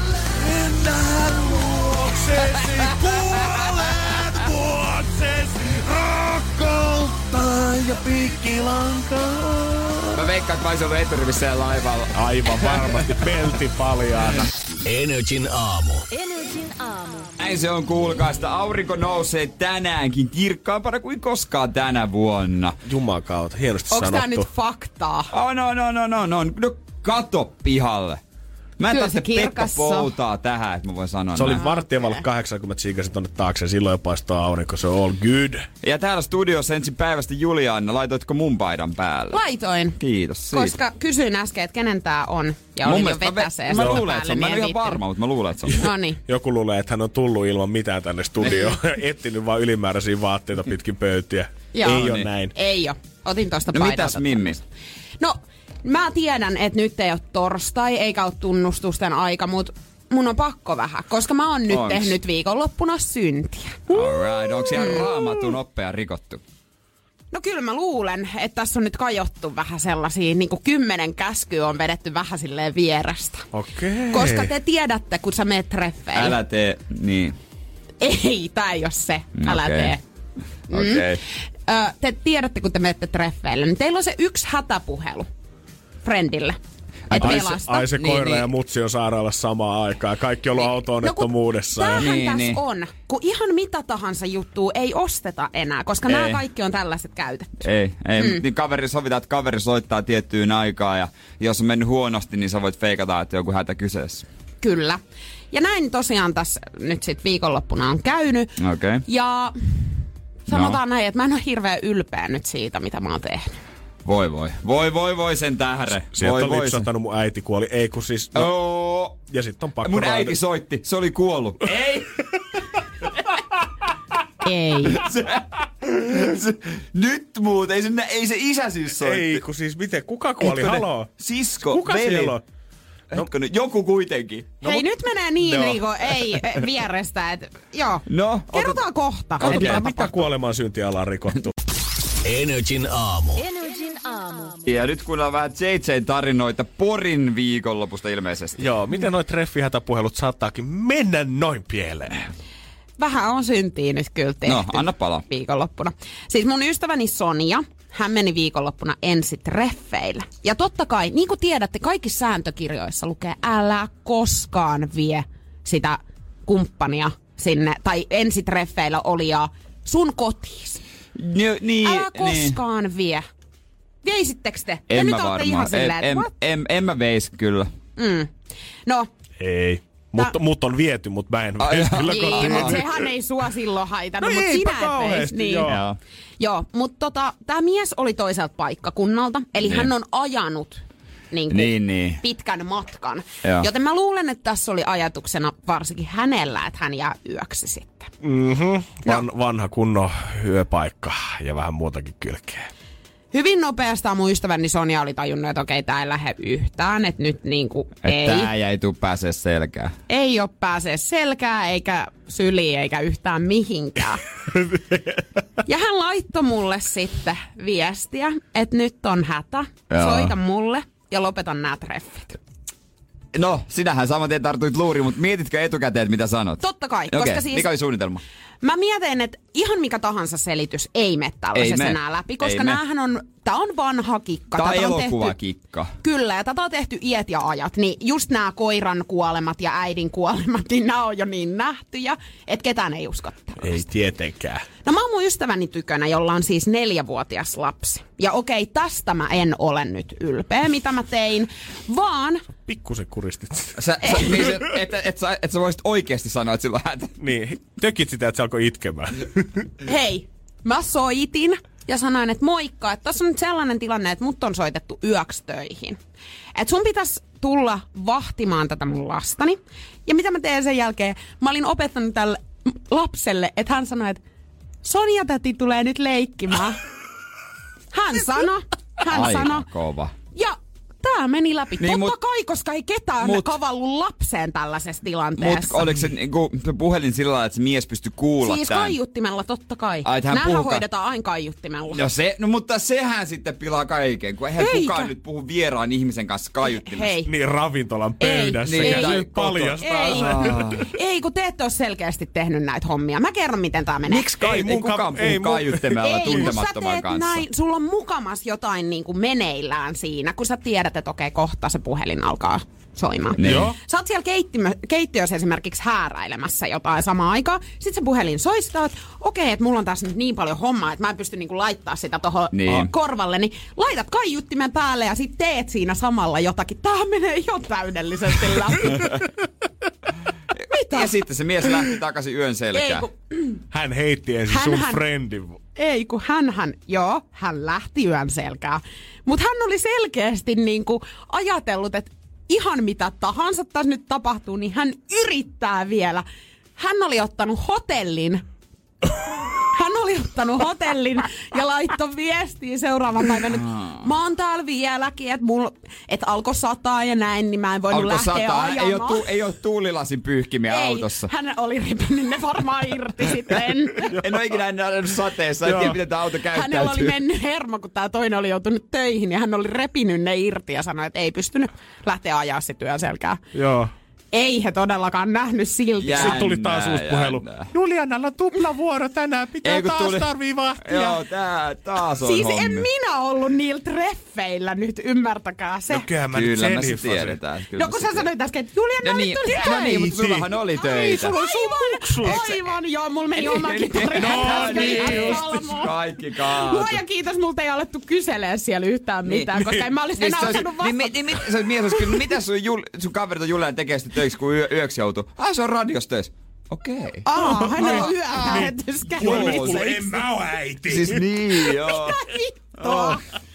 Lennän luoksesi, kuolen vuoksesi, rakkautta ja pikkilankaa. Mä veikkaan, että mä olisin ollut eturivissä ja laivalla. Aivan varmasti pelti paljaana. Energin aamu. Energin aamu. Näin se on, kuulkaista. Aurinko nousee tänäänkin kirkkaampana kuin koskaan tänä vuonna. Jumakautta, hienosti Onks sanottu. tää nyt faktaa? Oh, no, no, no, no, no. No kato pihalle. Mä en Kyllä tarvitse se Pekka kirkas on. Poutaa tähän, että mä voin sanoa Se oli näin. varttia vaille kahdeksan, kun mä tsiikasin tonne taakse ja silloin jo paistaa aurinko, se on all good. Ja täällä studiossa ensin päivästä Juliana, laitoitko mun paidan päälle? Laitoin. Kiitos siitä. Koska kysyin äsken, että kenen tää on. Ja Mun olin jo mielestä mä ve- vetäsee Mä sitä luulen, että se päälle, on. Mä en niin ole ihan viittinyt. varma, mutta mä luulen, että se on. No niin. Joku luulee, että hän on tullut ilman mitään tänne studioon ja etsinyt vaan ylimääräisiä vaatteita pitkin pöytiä. Joo. Ei No ole niin. näin. Ei oo. Otin tosta No paidalta. mitäs Mimmi? No, mä tiedän, että nyt ei ole torstai, eikä ole tunnustusten aika, mutta mun on pakko vähän, koska mä oon nyt Onks? tehnyt viikonloppuna syntiä. Alright, onko siellä raamatun oppeja rikottu? No kyllä mä luulen, että tässä on nyt kajottu vähän sellaisia, niin kuin kymmenen käskyä on vedetty vähän silleen vierestä. Okei. Koska te tiedätte, kun sä meet treffeille. Älä tee, niin. Ei, tää ei oo se. Älä Okei. tee. Okei. Okay. Ö, te tiedätte, kun te menette treffeille, niin teillä on se yksi hätäpuhelu friendille. Et Ai se, pelasta. ai se Niin, koira niin. ja mutsi on sairaalassa samaan aikaan ja kaikki on ollut auto-onnettomuudessa. No, ja... tämähän Niin, tässä niin. on, kun ihan mitä tahansa juttua ei osteta enää, koska nämä Ei. kaikki on tällaiset käytetty. Ei, ei. Mm. Niin kaveri sovitaan, että kaveri soittaa tiettyyn aikaan ja jos on mennyt huonosti, niin sä voit feikata, että joku hätä kyseessä. Kyllä. Ja näin tosiaan tässä nyt sit viikonloppuna on käynyt. Okei. Okay. Ja sanotaan no. näin, että mä en ole hirveän ylpeä nyt siitä, mitä mä oon tehnyt. Voi voi. Voi voi voi sen tähre. Sieltä voi, on voi lipsahtanut mun äiti kuoli. Ei kun siis... No, oh. Ja sit on pakko Mun raada. äiti soitti. Se oli kuollut. Ei. Ei. se, se, nyt muuten. Ei se, ei se isä siis soitti. Ei kun siis miten? Kuka kuoli? Haloo? Sisko. Kuka veli. siellä on? No, joku kuitenkin. No, Hei, mut... nyt menee niin, no. niinku, ei vierestä, että joo. No, kerrotaan otet... kohta. Katsotaan, mitä, mitä kuolemaan syntiä ollaan rikottu. Energin aamu. Energin aamu. Ja nyt kuunnellaan vähän J J:n tarinoita Porin viikonlopusta ilmeisesti. Joo, miten noi treffihätäpuhelut saattaakin mennä noin pieleen? Vähän on syntiä nyt kyllä tehty. No, anna palaa. Viikonloppuna. Siis mun ystäväni Sonja, hän meni viikonloppuna ensitreffeille. Ja totta kai, niin kuin tiedätte, kaikissa sääntökirjoissa lukee, älä koskaan vie sitä kumppania sinne, tai ensitreffeillä olijaa sun kotiisi. Ni, niin, älä koskaan niin. vie. Veisittekö te? En ja mä nyt olette varmaan. ihan silleen, en, en, en, en mä veisi kyllä. Mm. No. Ei. Mutta mut on viety, mut mä en veisi kyllä kotiin. Mutta sehän ei sua silloin haitannut, no mutta sinä et veis. Niin. Joo, joo. joo mutta tota, tää mies oli toiselta paikkakunnalta, eli niin. hän on ajanut niin kuin niin, niin. pitkän matkan. Joo. Joten mä luulen, että tässä oli ajatuksena varsinkin hänellä, että hän jää yöksi sitten. Mhm. Van, vanha kunnon yöpaikka ja vähän muutakin kylkeä. Hyvin nopeastaan mun ystäväni Sonja oli tajunnut, että okei, tää ei lähde yhtään, että nyt niinku et ei. Tää ei tuu pääsee selkään. Ei oo pääsee selkää, eikä syliin, eikä yhtään mihinkään. Ja hän laittoi mulle sitten viestiä, että nyt on hätä, Joo. soita mulle ja lopetan nää treffit. No, sinähän saman tien tartuit luuriin, mutta mietitkö etukäteen, mitä sanot? Totta kai, okay. koska siis... Mikä oli suunnitelma? Mä mietin, että ihan mikä tahansa selitys ei mene tällaisessa enää läpi, koska näähän on, tää on vanha kikka. Tää on tätä elokuvakikka. Tehty, kyllä, ja tätä on tehty iät ja ajat. Niin just nämä koiran kuolemat ja äidin kuolemat, niin nämä on jo niin nähtyjä, että ketään ei usko tällaista. Ei tietenkään. No mä oon mun ystäväni tykönä, jolla on siis neljävuotias lapsi. Ja okei, tästä mä en ole nyt ylpeä, mitä mä tein, vaan... Pikkusen kuristit. Sä, sä, niin se, et, et, et, sä, et sä voisit oikeesti sanoa, että sillä on hätä. Niin, tökit sitä, että se alkoi itkemään. Hei, mä soitin ja sanoin, että moikka, että tässä on nyt sellainen tilanne, että mut on soitettu yöksi töihin. Että sun pitäisi tulla vahtimaan tätä mun lastani. Ja mitä mä teen sen jälkeen? Mä olin opettanut tälle lapselle, että hän sanoi, että Sonja täti tulee nyt leikkimään. Hän sanoi, hän Aika sanoi. kova. Ja tää meni läpi. Niin, Totta mut, kai, koska ei ketään mut, kavallut lapseen tällaisessa tilanteessa. Mutta oliko se niinku, puhelin sillä lailla, että se mies pystyi kuulla Siis tämän? kaiuttimella, totta kai. Ai, Nämähän puhuka... hoidetaan aina kaiuttimella. No se, no mutta sehän sitten pilaa kaiken, kun eihän Eikä. kukaan nyt puhu vieraan ihmisen kanssa kaiuttimessa. Hei. Niin ravintolan pöydässä. Ei, ja ei, se paljastaa. Ei, ei, kun te ette ole selkeästi tehnyt näitä hommia. Mä kerron, miten tää menee. Miksi kai, ei, ei kukaan puhu ei, kaiuttimella ei, tuntemattoman kanssa? Näin, sulla on mukamas jotain niin kuin meneillään siinä, kun sä tiedät, että okei, kohta se puhelin alkaa soimaan. Niin. Sä oot siellä keittimö, keittiössä esimerkiksi hääräilemässä jotain samaan aikaan. Sitten se puhelin soistaa, että okei, että mulla on tässä nyt niin paljon hommaa, että mä en pysty niinku laittaa sitä tohon niin. korvalle. Niin laitat kaiuttimen päälle ja sit teet siinä samalla jotakin. Tää menee ihan täydellisesti läpi. Mitä? Ja sitten se mies lähti takaisin yön selkään. Ei, kun, Hän heitti ensin Hän- sun hän- friendin. ei, kun hänhän, joo, hän lähti yön selkään. Mutta hän oli selkeästi niinku ajatellut, että ihan mitä tahansa tässä nyt tapahtuu, niin hän yrittää vielä. Hän oli ottanut hotellin. Hän oli ottanut hotellin ja laittoi viestiä seuraavan päivän, että mä oon täällä vieläkin, että et alkoi sataa ja näin, niin mä en voinut Alkoi lähteä sataa, ajamaan. ei ole, tu, ei ole tuulilasin pyyhkimiä Ei, autossa. hän oli ripinyt ne varmaan irti sitten. En ole ikinä nähnyt sateessa, en tiedä miten tämä auto käyttäytyy. Hänellä oli mennyt hermo, kun tämä toinen oli joutunut töihin ja hän oli repinyt ne irti ja sanoi, että ei pystynyt lähteä ajaa se työn selkää. Joo. Ei he todellakaan nähnyt silti. Jännää, Sitten tuli taas uusi puhelu. jännää. Julianalla on tuplavuoro tänään, pitää Ei, kun taas tuli- tarvii vahtia. Joo, tää taas on Siis hommi. en minä ollut niillä treffeillä nyt, ymmärtäkää se. No kyllähän mä Kyllä nyt me sen se hiffasin. tiedetään. Kyllä No me kun se sä tiedetään. sanoit äsken, että Juliana No nyt niin, tuli no niin, mutta sullahan oli töitä. Sulla on sun puksut. Aivan, joo, mulla meni omakin tarina. No niin, äsken just. Almoon. Kaikki kaatu. Luoja kiitos, multa ei alettu kyselee siellä yhtään mitään, koska en mä olisi enää se olisi- osannut niin, vastata. niin, niin, se mies olisi kyllä, mitä sun, Jul, sun kaverit on Julian tekee sitten töiksi, kun yö, yöksi joutuu? Ah, se on radiossa töissä. Okei. Aa, hänellä on yölähetys Joo, käynnissä. se- En mä oo äiti. Siis niin, joo. Vittua.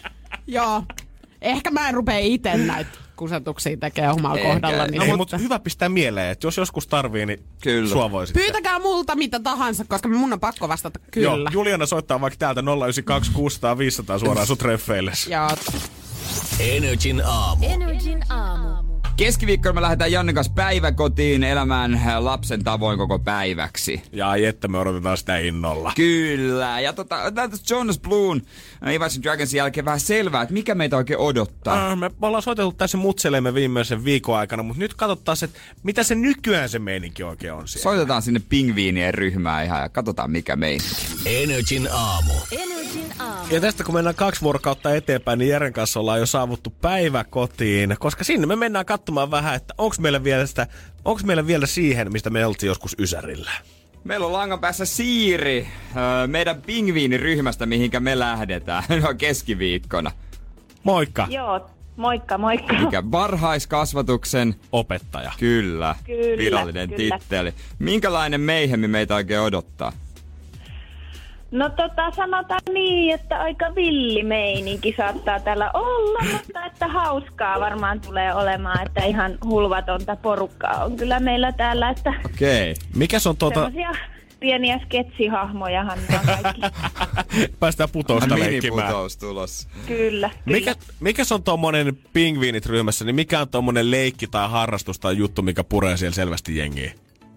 Joo. Ehkä mä en rupea itse näitä kusetuksia tekemään omalla Eikä. kohdalla. No, Niin mutta hyvä pistää mieleen, että jos joskus tarvii, niin Kyllä. sua voi sitten. pyytäkää multa mitä tahansa, koska mun on pakko vastata kyllä. Joo, Juliana soittaa vaikka täältä nolla yhdeksän kaksi kuusi nolla nolla viisi nolla nolla suoraan sun treffeille. Joo. Energin aamu. Energin aamu. Keskiviikkona me lähdetään Jannen kanssa päiväkotiin elämään lapsen tavoin koko päiväksi. Ja ai että me odotetaan sitä innolla. Kyllä. Ja tota, täältä Jonas Bluun Imagine Dragonsin jälkeen vähän selvää, että mikä meitä oikein odottaa. Äh, me ollaan soiteltu tässä mutseleemme viimeisen viikon aikana, mutta nyt katsotaan, että mitä se nykyään se meininki oikein on siellä. Soitetaan sinne pingviinien ryhmään ihan ja katsotaan mikä meininki. Energin aamu. Energin aamu. Ja tästä kun mennään kaksi vuorokautta eteenpäin, niin Jeren kanssa ollaan jo saavuttu päiväkotiin, koska sinne me mennään katsomaan vähän, että onko meillä vielä sitä, onko meillä vielä siihen, mistä me oltiin joskus Ysärillä. Meillä on langan päässä Siiri, öö, meidän pingviiniryhmästä, mihinkä me lähdetään keskiviikkona. Moikka. Joo, moikka, moikka. Mikä varhaiskasvatuksen Opettaja. Kyllä, Kyllä, virallinen kyllä. titteli. Minkälainen meihemmi meitä oikein odottaa? No tota, sanotaan niin, että aika villi meininki saattaa täällä olla, mutta että hauskaa varmaan tulee olemaan, että ihan hulvatonta porukkaa on kyllä meillä täällä, että Okei. Okay. Mikäs on tuota... semmosia pieniä sketsihahmojahan ne on kaikki. Päästään putousta leikkimään. Miniputous tulossa. Kyllä, kyllä. Mikä, mikäs on tommonen pingviinit ryhmässä, niin mikä on tommonen leikki tai harrastus tai juttu, mikä puree siellä selvästi jengiä?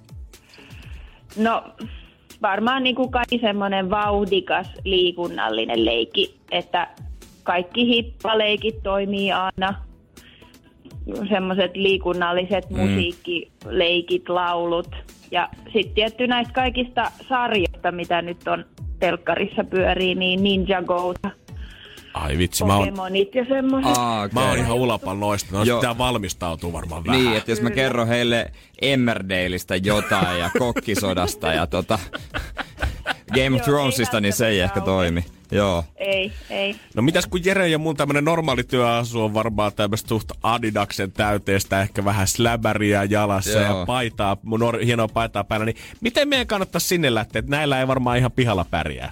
No varmaan niin kuin kaikki semmoinen vauhdikas liikunnallinen leikki, että kaikki hippaleikit toimii aina. Semmoiset liikunnalliset mm. musiikkileikit, laulut. Ja sitten tietty näistä kaikista sarjoista, mitä nyt on telkkarissa pyörii, niin Ninja Go, Ai vitsi, mä oon, Pokemonit ja semmoiset. Ah, okay. mä oon ihan ulapalla noista. No Joo. pitää valmistautua varmaan vähän. Niin, että jos mä kerron heille Emmerdaleista jotain ja kokkisodasta ja tota Game of Joo, Thronesista, ei niin se ei ehkä välttämättä toimi. Joo. Ei, ei. No mitäs kun Jere ja mun tämmönen normaali työasu on varmaan tämmöstä suht Adidaksen täyteestä, ehkä vähän släbäriä jalassa Joo. ja paitaa, mun or- hienoa paitaa päällä, niin miten meidän kannattaisi sinne lähteä, että näillä ei varmaan ihan pihalla pärjää?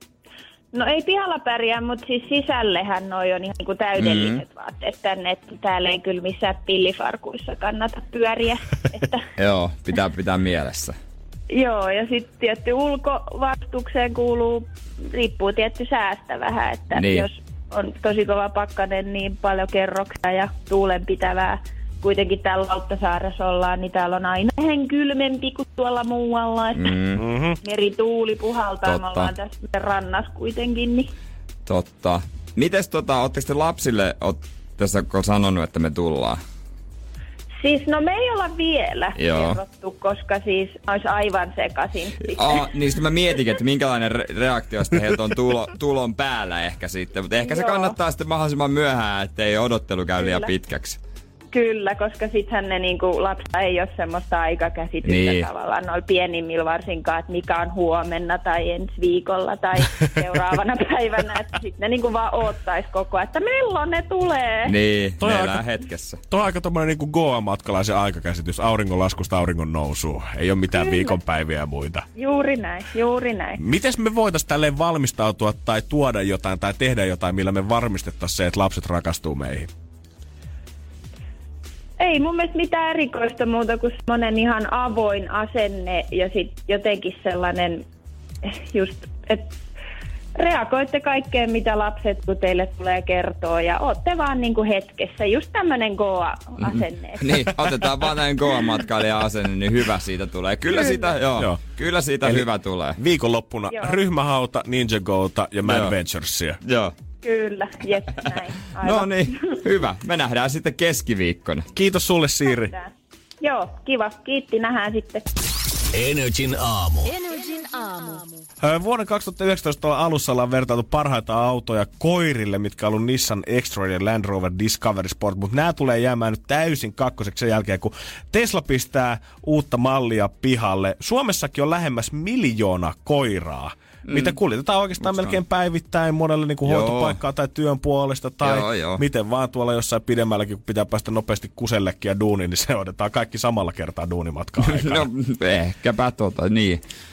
No ei pihalla pärjää, mutta siis sisällehän noi on ihan niinku täydelliset mm. vaatteet tänne, että täällä ei kyllä missään pillifarkuissa kannata pyöriä. Että Joo, pitää pitää mielessä. joo, ja sitten tietty ulkovastukseen kuuluu, riippuu tietty säästä vähän, että Niin. jos on tosi kova pakkanen, niin paljon kerroksia ja tuulenpitävää. Kuitenkin täällä Lauttasaaressa ollaan, niin täällä on aina vähän kylmempi kuin tuolla muualla, että Mm, merituuli puhaltaa, me Totta. ollaan tässä rannassa kuitenkin, niin totta. Mites tota, ootteko te lapsille, oot tässä sanonut, että me tullaan? siis no me ei olla vielä Joo. kerrottu, koska siis olisi aivan sekaisin sitten. Aa, niin sitten mä mietin, että minkälainen re- reaktio sitten heiltä on tulo, tulon päällä ehkä sitten. Mutta ehkä se Joo. kannattaa sitten mahdollisimman myöhään, ettei odottelu käy liian Kyllä. pitkäksi. Kyllä, koska sittenhän ne niinku, lapsilla ei ole semmoista aikakäsitystä Niin. tavallaan noilla pienimmillä varsinkaan, että mikä on huomenna tai ensi viikolla tai seuraavana päivänä. Että sitten ne niinku vaan oottais koko ajan, että milloin ne tulee. Niin, Toi ne on elää aika- hetkessä. Tuo on aika tommonen niinku Goa-matkalaisen aikakäsitys, auringonlaskusta auringon nousuun. Ei ole mitään Kyllä. viikonpäiviä ja muita. Juuri näin, juuri näin. Mites me voitais tälleen valmistautua tai tuoda jotain tai tehdä jotain, millä me varmistettaisiin se, että lapset rakastuu meihin? Ei mun mielestä mitään erikoista muuta kuin semmoinen ihan avoin asenne ja sitten jotenkin sellainen just, että reagoitte kaikkeen, mitä lapset kun teille tulee kertoa ja ootte vaan niinku hetkessä. Just tämmönen goa-asenne. Niin, otetaan vaan näin Goa-matkailija-asenne, niin hyvä siitä tulee. Kyllä, Kyllä. siitä, joo, Joo. kyllä siitä Eli hyvä tulee. Viikonloppuna Joo. ryhmähauta, Ninja Goata ja Mad Joo. Venturesia. Joo. Kyllä, jes, näin. Aivan. No niin, hyvä. Me nähdään sitten keskiviikkona. Kiitos sulle, Siiri. Joo, kiva. Kiitti, nähdään sitten. Energin aamu. Energin aamu. Ö, Vuoden kaksituhattayhdeksäntoista alussa ollaan vertailtu parhaita autoja koirille, mitkä on ollut Nissan X-Trail ja Land Rover Discovery Sport, mutta nämä tulee jäämään nyt täysin kakkoseksi sen jälkeen, kun Tesla pistää uutta mallia pihalle. Suomessakin on lähemmäs miljoona koiraa, mm. mitä kuljetetaan oikeastaan Uskon. melkein päivittäin monelle niin kuin Joo. hoitopaikkaa tai työn puolesta tai Joo, joo. miten vaan tuolla jossain pidemmälläkin, kun pitää päästä nopeasti kusellekin ja duuniin, niin se otetaan kaikki samalla kertaa duunimatkaa aikana. No, ehkäpä tota, niin.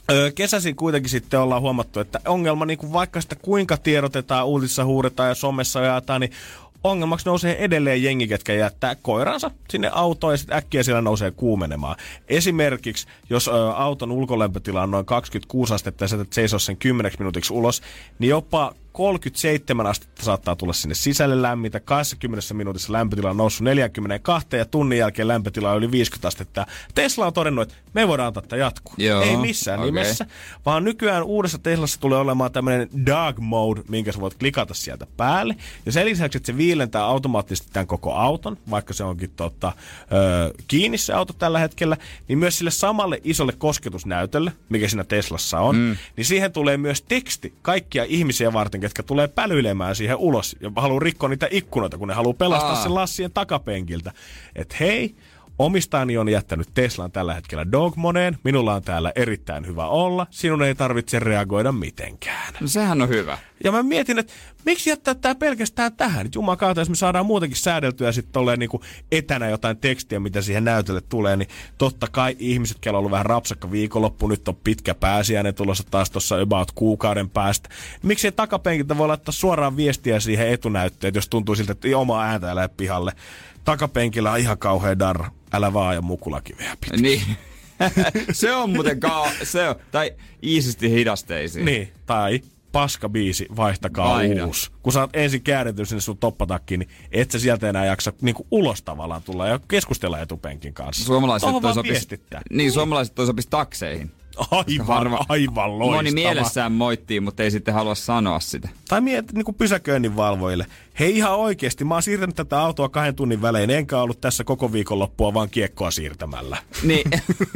Öö, kesäisin kuitenkin sitten ollaan huomattu, että ongelma, niin kuin vaikka sitä kuinka tiedotetaan, uutisissa huudetaan ja somessa jaetaan, niin ongelmaksi nousee edelleen jengi, ketkä jättää koiransa sinne autoon ja sitten äkkiä siellä nousee kuumenemaan. Esimerkiksi, jos ö, auton ulkolämpötila on noin kaksikymmentäkuusi astetta ja sä seisoo sen kymmeneksi minuutiksi ulos, niin jopa kolmekymmentäseitsemän astetta saattaa tulla sinne sisälle lämmintä. kaksikymmentä minuutissa lämpötila on noussut neljäkymmentäkaksi ja tunnin jälkeen lämpötila on yli viisikymmentä astetta. Tesla on todennut, että me voidaan antaa tämä jatkuu. Joo, ei missään okay. nimessä, vaan nykyään uudessa Teslassa tulee olemaan tämmöinen dark mode, minkä sä voit klikata sieltä päälle. Ja sen lisäksi, että se viilentää automaattisesti tämän koko auton, vaikka se onkin tota, ö, kiinni se auto tällä hetkellä, niin myös sille samalle isolle kosketusnäytölle, mikä siinä Teslassa on, mm. niin siihen tulee myös teksti kaikkia ihmisiä varten, ketkä tulee pälyilemään siihen ulos ja haluaa rikkoa niitä ikkunoita, kun ne haluaa pelastaa Aa. sen Lassien takapenkiltä. Että hei, omistajani on jättänyt Teslan tällä hetkellä dog modeen, minulla on täällä erittäin hyvä olla, sinun ei tarvitse reagoida mitenkään. No sehän on hyvä. Ja mä mietin, että miksi jättää tää pelkästään tähän? Jumala kautta, jos me saadaan muutenkin säädeltyä sitten tolleen niinku etänä jotain tekstiä, mitä siihen näytölle tulee, niin totta kai ihmiset, kello on ollut vähän rapsakka viikonloppu, nyt on pitkä pääsiäinen tulossa taas tuossa about kuukauden päästä. Miksi ei takapenkiltä voi laittaa suoraan viestiä siihen etunäyttöön, jos tuntuu siltä, että omaa ääntä ei lähde pihalle. Takapenkillä on ihan kauhea darra. Älä vaan ja mukulakiveä pitkin. Niin. Se on muuten ka- se on, tai iisisti hidasteisiin. Niin, tai paskabiisi, vaihtakaa Vaihda. uusi. Kun sä oot ensin käännetty sinne sun toppatakkiin, niin et sä sieltä enää jaksa niinku ulos tavallaan tulla ja keskustella etupenkin kanssa. Suomalaiset toi sopis, niin, suomalaiset toi sopis takseihin. Aivan, Harva, aivan loistava. Moni mielessään moittii, mutta ei sitten halua sanoa sitä. Tai miet niin kuin pysäköinnin valvojille. Hei ihan oikeesti, mä oon siirtänyt tätä autoa kahden tunnin välein, enkä ollut tässä koko viikonloppua vaan kiekkoa siirtämällä. Niin,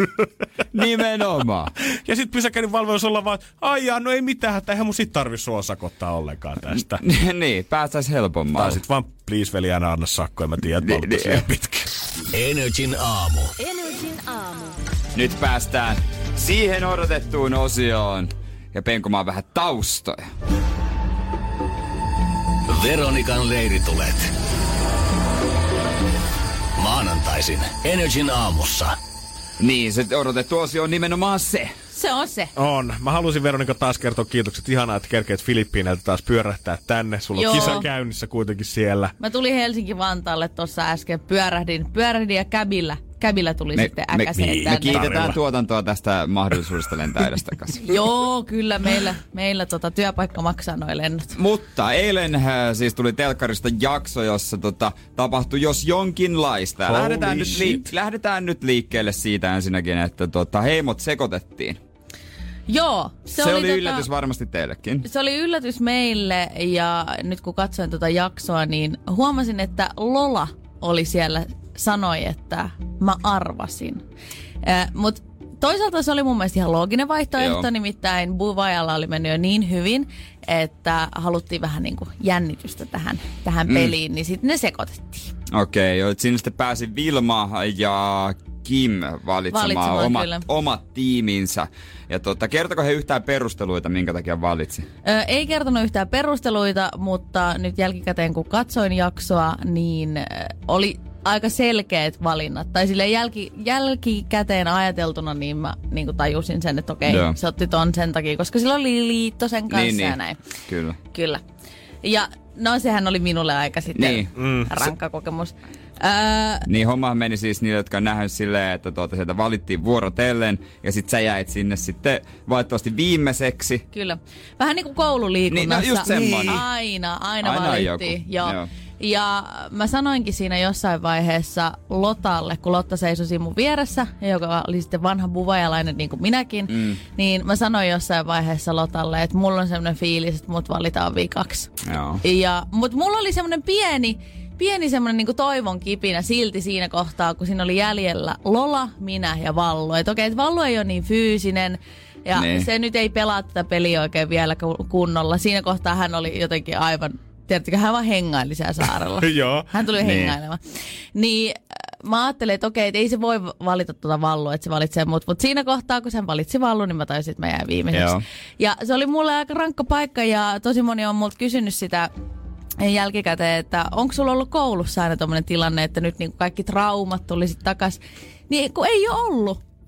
nimenomaan. Ja sit pysäköinnin valvoja olla vaan, aijaa, no ei mitään, että eihän mun sit tarvi sua sakottaa ollenkaan tästä. Niin, päästäis helpommaan. Tai sit vaan, please veli, aina anna sakkoja, mä tiedän, että mä liian pitkä. Energin aamu. Energin aamu. Nyt päästään siihen odotettuun osioon ja penkomaan vähän taustoja. Veronikan leiritulet. Maanantaisin Energin aamussa. Niin, se odotettu osio on nimenomaan se. Se on se. On. Mä halusin Veronika taas kertoa kiitokset. Ihanaa, että kerkeet Filippiineiltä taas pyörähtää tänne. Sulla Joo. on kisa käynnissä kuitenkin siellä. Mä tulin Helsinki-Vantaalle tuossa äsken. Pyörähdin. Pyörähdin ja käbillä. Käbillä tuli me, sitten me, äkäseen me, tänne. me kiitetään tuotantoa tästä mahdollisuudesta lentää edestakaisin. Joo, kyllä meillä, meillä tota, työpaikka maksaa noi lennot. Mutta eilen äh, siis tuli telkkarista jakso, jossa tota, tapahtui jos jonkinlaista. Lähdetään nyt, li- lähdetään nyt liikkeelle siitä ensinnäkin, että tota, heimot sekoitettiin. Joo. Se, se oli, oli yllätys tota, varmasti teillekin. Se oli yllätys meille ja nyt kun katsoin tuota jaksoa, niin huomasin, että Lola oli siellä, sanoi, että mä arvasin. Äh, Mutta toisaalta se oli mun mielestä ihan looginen vaihtoehto, Joo. nimittäin Buvajalla oli mennyt jo niin hyvin, että haluttiin vähän niin kuin jännitystä tähän, tähän mm. peliin, niin sitten ne sekoitettiin. Okei, okay, sinne sitten pääsi Vilma ja Kim valitsemaan, valitsemaan omat, omat tiiminsä. Ja tota, kertoko he yhtään perusteluita, minkä takia valitsi? Ö, ei kertonut yhtään perusteluita, mutta nyt jälkikäteen kun katsoin jaksoa, niin ö, oli aika selkeät valinnat. Tai silleen jälki, jälkikäteen ajateltuna, niin mä niin kuin tajusin sen, että okei, Joo. se otti ton sen takia, koska sillä oli liitto sen kanssa niin, ja niin. näin. Kyllä. Kyllä. Ja no sehän oli minulle aika sitten niin. mm. rankka kokemus. Öö, niin hommahan meni siis niille, jotka on nähnyt silleen, että tuota sieltä valittiin vuorotellen ja sit sä jäit sinne sitten valitettavasti viimeiseksi. Kyllä. Vähän niin kuin koululiikunnassa. Niin, no just semmoinen. Aina, aina, aina valittiin. Joo. Joo. Ja mä sanoinkin siinä jossain vaiheessa Lotalle, kun Lotta seisoi siinä mun vieressä, joka oli sitten vanha buvajalainen niin kuin minäkin, mm. niin mä sanoin jossain vaiheessa Lotalle, että mulla on semmoinen fiilis, että mut valitaan vikaksi. Joo. Ja, mut mulla oli semmoinen pieni, pieni semmoinen niin kuin toivon kipinä silti siinä kohtaa, kun siinä oli jäljellä Lola, minä ja Vallu. Että okei, että Vallu ei ole niin fyysinen ja niin. se nyt ei pelaa tätä peliä oikein vielä kunnolla. Siinä kohtaa hän oli jotenkin aivan... Tiedättekö, hän vaan hengaili siellä saarella. Joo. Hän tuli niin. hengailemaan. Niin mä ajattelin, että okei, että ei se voi valita tuota Vallua, että se valitsee mut. Mutta siinä kohtaa, kun hän valitsi Vallun, niin mä taisin, että mä jäin viimeiseksi. Joo. Ja se oli mulle aika rankka paikka ja tosi moni on multa kysynyt sitä jälkikäteen, että onko sulla ollut koulussa aina tommoinen tilanne, että nyt niin kaikki traumat tuli sit takas. Niin kun ei ole ollut.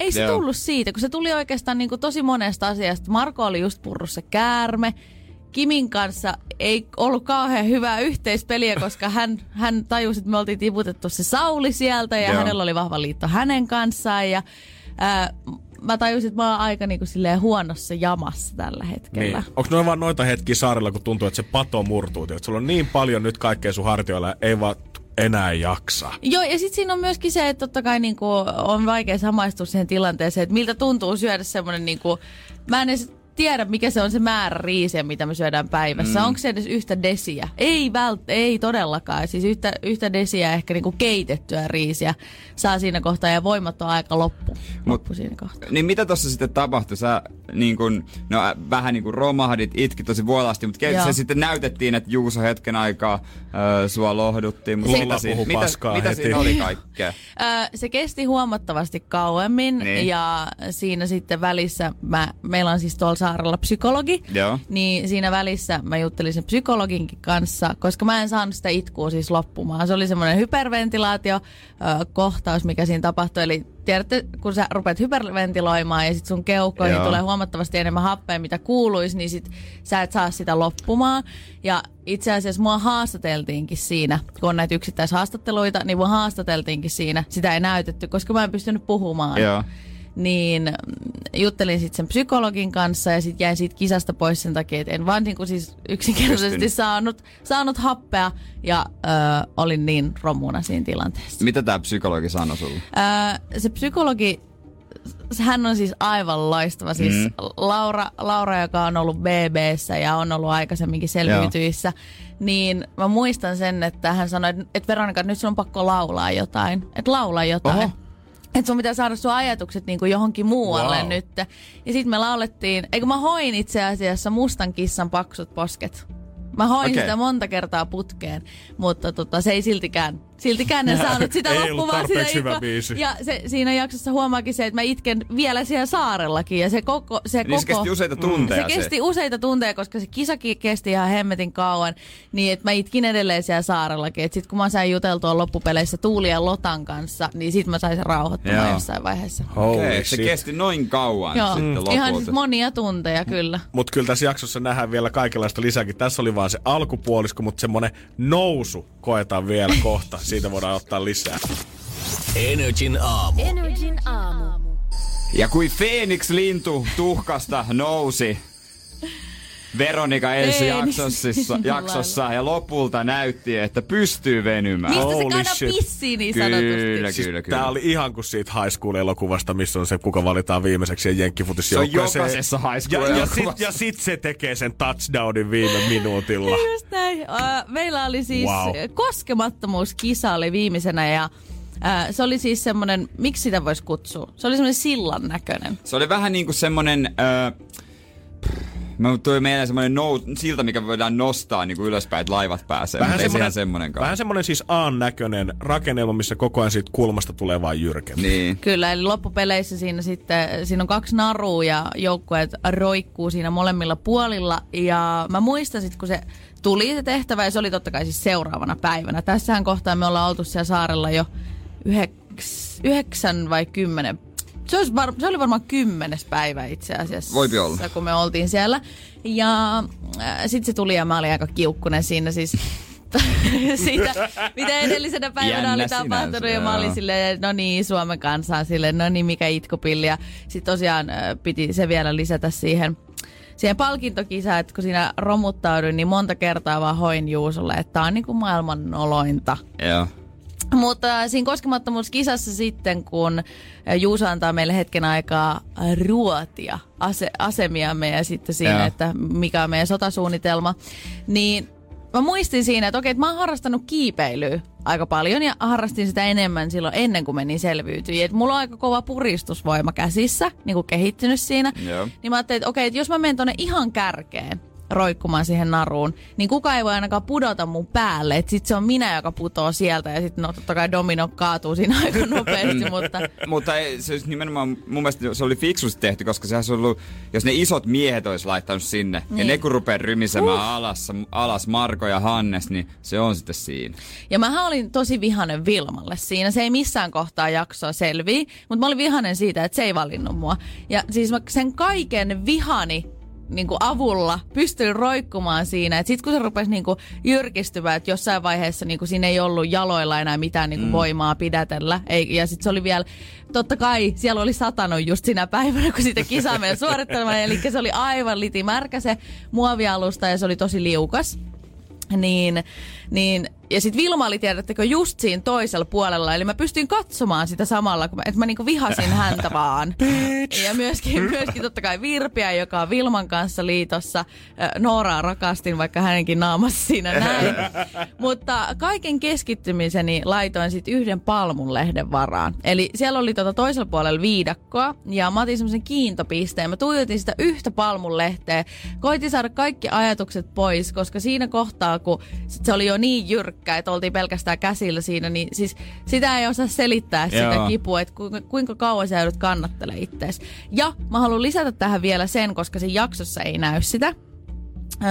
ei se Joo. tullut siitä, kun se tuli oikeastaan niin kuin tosi monesta asiasta. Marko oli just purrut se käärme. Kimin kanssa ei ollut kauhean hyvää yhteispeliä, koska hän, hän tajusi, että me oltiin tiputettu se Sauli sieltä ja Joo. hänellä oli vahva liitto hänen kanssaan. Ja, ää, mä tajusin, että mä oon aika niinku silleen huonossa jamassa tällä hetkellä. Niin. Onko noin vaan noita hetkiä saarella, kun tuntuu, että se pato murtuu? Että sulla on niin paljon nyt kaikkea sun hartioilla, ei vaan enää jaksa. Joo, ja sitten siinä on myöskin se, että totta kai niinku on vaikea samaistua siihen tilanteeseen, että miltä tuntuu syödä semmoinen, niinku, mä en edes tiedä, mikä se on se määrä riisiä, mitä me syödään päivässä. Mm. Onko se edes yhtä desiä? Ei vält, ei todellakaan. Siis yhtä, yhtä desiä ehkä niinku keitettyä riisiä saa siinä kohtaa ja voimat on aika loppu, loppu Mut, siinä kohtaa. Niin mitä tossa sitten tapahtui? Sä niin kun, no, vähän niin kuin romahdit, itki tosi vuolasti, mutta ke- se sitten näytettiin, että Juuso hetken aikaa äh, sua lohduttiin. Mutta mitä, siinä, mitä, mitä siinä oli kaikkea? Se kesti huomattavasti kauemmin niin. ja siinä sitten välissä, mä, meillä on siis tuolla saarella psykologi, Joo. niin siinä välissä mä juttelin sen psykologinkin kanssa, koska mä en saanut sitä itkua siis loppumaan. Se oli semmoinen hyperventilaatio-kohtaus, mikä siinä tapahtui, eli tiedätte, kun sä rupeat hyperventiloimaan ja sit sun keuhkoihin Joo. tulee huomattavasti enemmän happea, mitä kuuluisi, niin sit sä et saa sitä loppumaan. Ja itse asiassa mua haastateltiinkin siinä, kun on näitä yksittäishaastatteluita, niin mua haastateltiinkin siinä. Sitä ei näytetty, koska mä en pystynyt puhumaan. Joo. Niin juttelin sitten sen psykologin kanssa ja sitten jäin siitä kisasta pois sen takia, että en vaan niin kuin siis yksinkertaisesti saanut, saanut happea ja ö, olin niin romuna siinä tilanteessa. Mitä tää psykologi sanoi sulle? Ö, se psykologi, hän on siis aivan loistava. Siis mm. Laura, Laura, joka on ollut B B:ssä ja on ollut aikaisemminkin selviytyissä, niin mä muistan sen, että hän sanoi, että Veronika, nyt sun on pakko laulaa jotain. Että laulaa jotain. Oho. Että sun pitää saada sun ajatukset niinku johonkin muualle wow. nyt. Ja sit me laulettiin, eikö mä hoin itse asiassa Mustan kissan paksut posket. Mä hoin okay. sitä monta kertaa putkeen, mutta tota, se ei siltikään, siltikään en saanut sitä loppumaan. Sitä hyvä biisi. Ja se, siinä jaksossa huomaakin se, että mä itken vielä siellä saarellakin. Ja se koko... Se, niin koko, se kesti useita tunteja. Se, se kesti useita tunteja, koska se kisakin kesti ihan hemmetin kauan. Niin, että mä itkin edelleen siellä saarellakin. Että sit kun mä sain juteltua loppupeleissä Tuuli ja Lotan kanssa, niin sit mä sain sen rauhoittumaan Joo. jossain vaiheessa. Okei, okay, se kesti noin kauan Joo. sitten lopulta. Ihan siis monia tunteja, kyllä. Mut kyllä tässä jaksossa nähdään vielä kaikenlaista lisääkin. Tässä oli vaan se alkupuolisko, mutta semmonen nousu koetaan vielä kohta. Siitä voidaan ottaa lisää. Energin aamu. Energin aamu. Ja kuin Phoenix-lintu tuhkasta nousi Veronika ensi jaksossa, jaksossa ja lopulta näytti, että pystyy venymään. Mistä se kaada pissii niin sanotusti? Kyllä, siis kyllä, kyllä. Tää oli ihan kuin siitä High School-elokuvasta, missä on se, kuka valitaan viimeiseksi ja jenkkifutissjoukkoja. Se on jokaisessa High ja, School-elokuvassa. ja, sit, ja sit se tekee sen touchdownin viime minuutilla. Just näin. Uh, meillä oli siis wow. koskemattomuuskisa oli viimeisenä ja uh, se oli siis semmonen, miksi sitä voisi kutsua? Se oli semmonen sillan näköinen. Se oli vähän niinku semmonen... Uh, Mä tuli meillä semmoinen nous, silta, mikä voidaan nostaa niin kuin ylöspäin, että laivat pääsee. Vähän semmoinen, semmonenkaan. Vähän semmoinen siis A-näköinen rakennelma, missä koko ajan siitä kulmasta tulee vain jyrkempi. Niin. Kyllä, eli loppupeleissä siinä sitten, siinä on kaksi narua ja joukkueet roikkuu siinä molemmilla puolilla. Ja mä muistan sitten, kun se tuli se tehtävä, ja se oli totta kai siis seuraavana päivänä. Tässähän kohtaa me ollaan oltu siellä saarella jo yhdeks, yhdeksän vai kymmenen Se, olisi var, se oli varmaan kymmenes päivä itse asiassa, Voipi olla. kun me oltiin siellä. Ja äh, sitten se tuli ja mä olin aika kiukkunen siinä siis siitä, mitä edellisenä päivänä Jännä oli tapahtunut. sinänsä, ja mä olin silleen, no niin, Suomen kansaa silleen, no niin, mikä itkupilli. Ja sitten tosiaan äh, piti se vielä lisätä siihen, siihen palkintokisaan, että kun siinä romuttauduin, niin monta kertaa vaan hoin Juusolle, että tää on niinku maailman nolointa. Joo. Mutta siinä koskemattomuuskisassa sitten, kun Juuso antaa meille hetken aikaa ruotia ase- asemiamme ja sitten siinä, ja. että mikä on meidän sotasuunnitelma, niin mä muistin siinä, että okei, että mä oon harrastanut kiipeilyä aika paljon ja harrastin sitä enemmän silloin ennen kuin menin selviytyihin. Että mulla on aika kova puristusvoima käsissä, niin kuin kehittynyt siinä. Joo. Niin mä ajattelin, että okei, että jos mä menen tonne ihan kärkeen, roikkumaan siihen naruun, niin kukaan ei voi ainakaan pudota mun päälle. Että sit se on minä, joka putoo sieltä ja sitten no totta kai domino kaatuu siinä aika nopeasti, mutta... mutta ei, se nimenomaan mun mielestä se oli fiksusti tehty, koska sehän olisi ollut, jos ne isot miehet olisi laittanut sinne niin. Ja ne kun rupeaa rymisemään uh. alas, alas Marko ja Hannes, niin se on sitten siinä. Ja mähän olin tosi vihainen Vilmalle siinä. Se ei missään kohtaa jaksoa selviä, mutta mä olin vihainen siitä, että se ei valinnut mua. Ja siis mä sen kaiken vihani niin kuin avulla pystyin roikkumaan siinä. Että sit kun se rupesi niin kuin jyrkistymään, että jossain vaiheessa niin kuin siinä ei ollut jaloilla enää mitään niin kuin mm. voimaa pidätellä. Ei, ja sit se oli vielä, totta kai siellä oli satanut just sinä päivänä, kun sitä kisaa meidän suorittelemaan. Eli se oli aivan litimärkä se muovialusta ja se oli tosi liukas. Niin, niin, ja sitten Vilma oli, tiedättekö, just siinä toisella puolella. Eli mä pystyin katsomaan sitä samalla, kun mä, että mä niinku vihasin häntä vaan. Ja myöskin, myöskin totta kai Virpiä, joka on Vilman kanssa liitossa. Nooraa rakastin, vaikka hänenkin naamassa siinä näin. Mutta kaiken keskittymiseni laitoin sitten yhden palmunlehden varaan. Eli siellä oli tota toisella puolella viidakkoa. Ja mä otin semmoisen kiintopisteen. Mä tuijotin sitä yhtä palmunlehteä. Koitin saada kaikki ajatukset pois, koska siinä kohtaa, kun sit se oli jo niin jyrkkä, että oltiin pelkästään käsillä siinä, niin siis sitä ei osaa selittää sitä Joo. kipua, että kuinka, kuinka kauan sä joudut kannattele ittees. Ja mä haluan lisätä tähän vielä sen, koska siinä jaksossa ei näy sitä. Öö,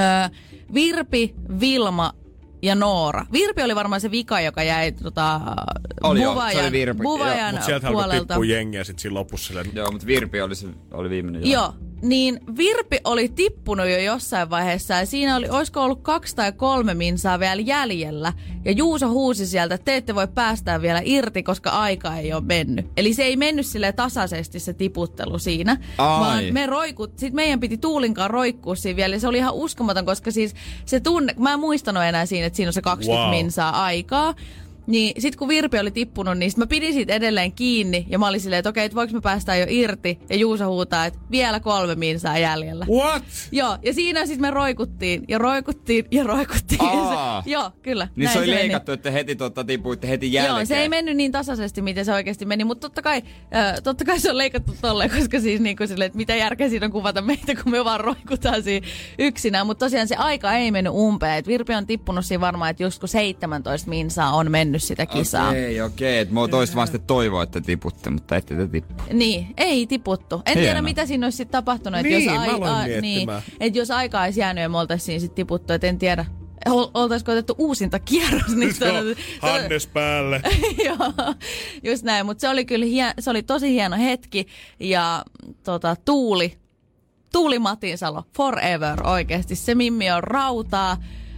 Virpi, Vilma ja Noora. Virpi oli varmaan se vika, joka jäi tota, oli Buvajan, jo, Buvajan mutta sieltä puolelta. Mutta tippuu jengiä sitten siinä lopussa. Silleen. Joo, mutta Virpi oli, se, oli viimeinen. Joo. Joo. Niin Virpi oli tippunut jo jossain vaiheessa ja siinä oli, olisiko ollut kaksi tai kolme minsaa vielä jäljellä. Ja Juuso huusi sieltä, että te ette voi päästää vielä irti, koska aika ei ole mennyt. Eli se ei mennyt silleen tasaisesti se tiputtelu siinä. Ai. Vaan me roikut, sit meidän piti Tuulinkaan roikkua siinä vielä. Ja se oli ihan uskomaton, koska siis se tunne, mä en muistanut enää siinä, että siinä on se kaksikymmentä wow. minsaa aikaa. Niin sit kun Virpi oli tippunut, niin sit mä pidin siitä edelleen kiinni. Ja mä olin silleen, että okei, että voiko me päästää jo irti. Ja Juuso huutaa, että vielä kolme minsaa jäljellä. What? Joo, ja siinä sit me roikuttiin ja roikuttiin ja roikuttiin. Aa. Se, joo, kyllä. Niin se oli se leikattu, että heti tuota, tipuitte heti jälkeen. Joo, se ei mennyt niin tasaisesti, miten se oikeasti meni. Mutta totta kai, äh, totta kai se on leikattu tolleen, koska siis niin kuin silleen, että mitä järkeä siinä on kuvata meitä, kun me vaan roikutaan siinä yksinään. Mutta tosiaan se aika ei mennyt umpeen. Et Virpi on tippunut siinä varmaan, että just kun seitsemäntoista minsaa on mennyt sitä kisaa. Okei, okei. Et mä toista vaan sitten toivoa, että tiputte, mutta ette te tippu. Niin, ei tiputtu. En Hieno. tiedä, mitä siinä olisi sitten tapahtunut. Niin, jos ai- a- niin, että jos aikaa olisi jäänyt ja me oltaisiin siinä sitten tiputtu, et en tiedä. Oltaisiko otettu uusinta kierros? Niin Joo, Hannes päälle. Joo, just näin. Mutta se oli kyllä hien, se oli tosi hieno hetki. Ja tota, Tuuli, Tuuli Matinsalo, forever oikeasti. Se Mimmi on rautaa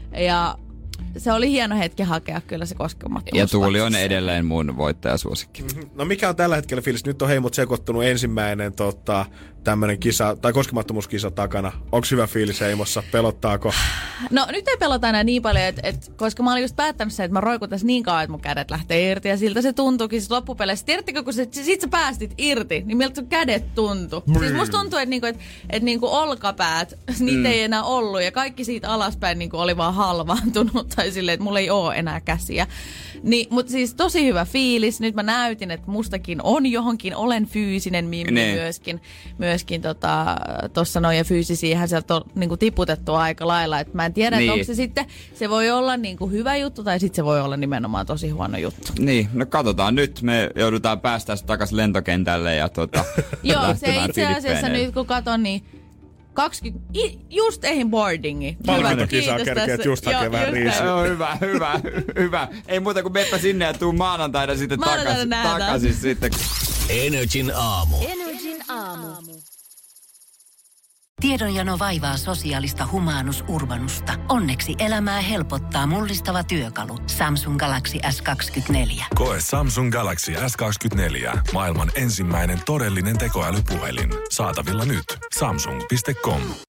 ja se oli hieno hetki hakea kyllä se koskemattomuus. Ja Tuuli on edelleen mun voittajasuosikki. Mm-hmm. No mikä on tällä hetkellä fiilis? Nyt on heimot sekoittunut ensimmäinen tota, tämmönen kisa, tai koskemattomuuskisa takana. Onko hyvä fiilis heimossa? Pelottaako? No nyt ei pelota enää niin paljon, et, et, koska mä olin just päättänyt sen, että mä roikutas niin kauan, että mun kädet lähtee irti. Ja siltä se tuntuukin siis loppupeleissä. Tiedättekö, kun se, sit sä päästit irti, niin miltä sun kädet tuntui. Mm. Siis musta tuntuu, että niinku, et, et niinku olkapäät, niitä mm. ei enää ollut. Ja kaikki siitä alaspäin niinku oli vaan halvaantunut. Tai silleen, että mulla ei oo enää käsiä. Niin, mutta siis tosi hyvä fiilis. Nyt mä näytin, että mustakin on johonkin. Olen fyysinen Mimmi ne. myöskin. Myöskin tota, tossa noin ja fyysisiähän sieltä on niinku tiputettu aika lailla. Et mä en tiedä, niin. että onko se sitten, se voi olla niinku hyvä juttu tai sitten se voi olla nimenomaan tosi huono juttu. Niin, no katsotaan nyt. Me joudutaan päästään takaisin lentokentälle ja tota... Joo, se itse asiassa nyt kun katon, niin kaksikymmentä, just eihin boardingi. Paljon kisaa kerkeet just hakee vähän riisiä. Joo, hyvä, hyvä, hyvä. Ei muuta kuin meppä sinne ja tuu maanantaina sitten takaisin. Takaisin sitten. Energin aamu. Energin aamu. Tiedonjano vaivaa sosiaalista humanus urbanusta. Onneksi elämää helpottaa mullistava työkalu. Samsung Galaxy S kaksikymmentäneljä. Koe Samsung Galaxy S kaksikymmentäneljä. Maailman ensimmäinen todellinen tekoälypuhelin. Saatavilla nyt. Samsung piste com.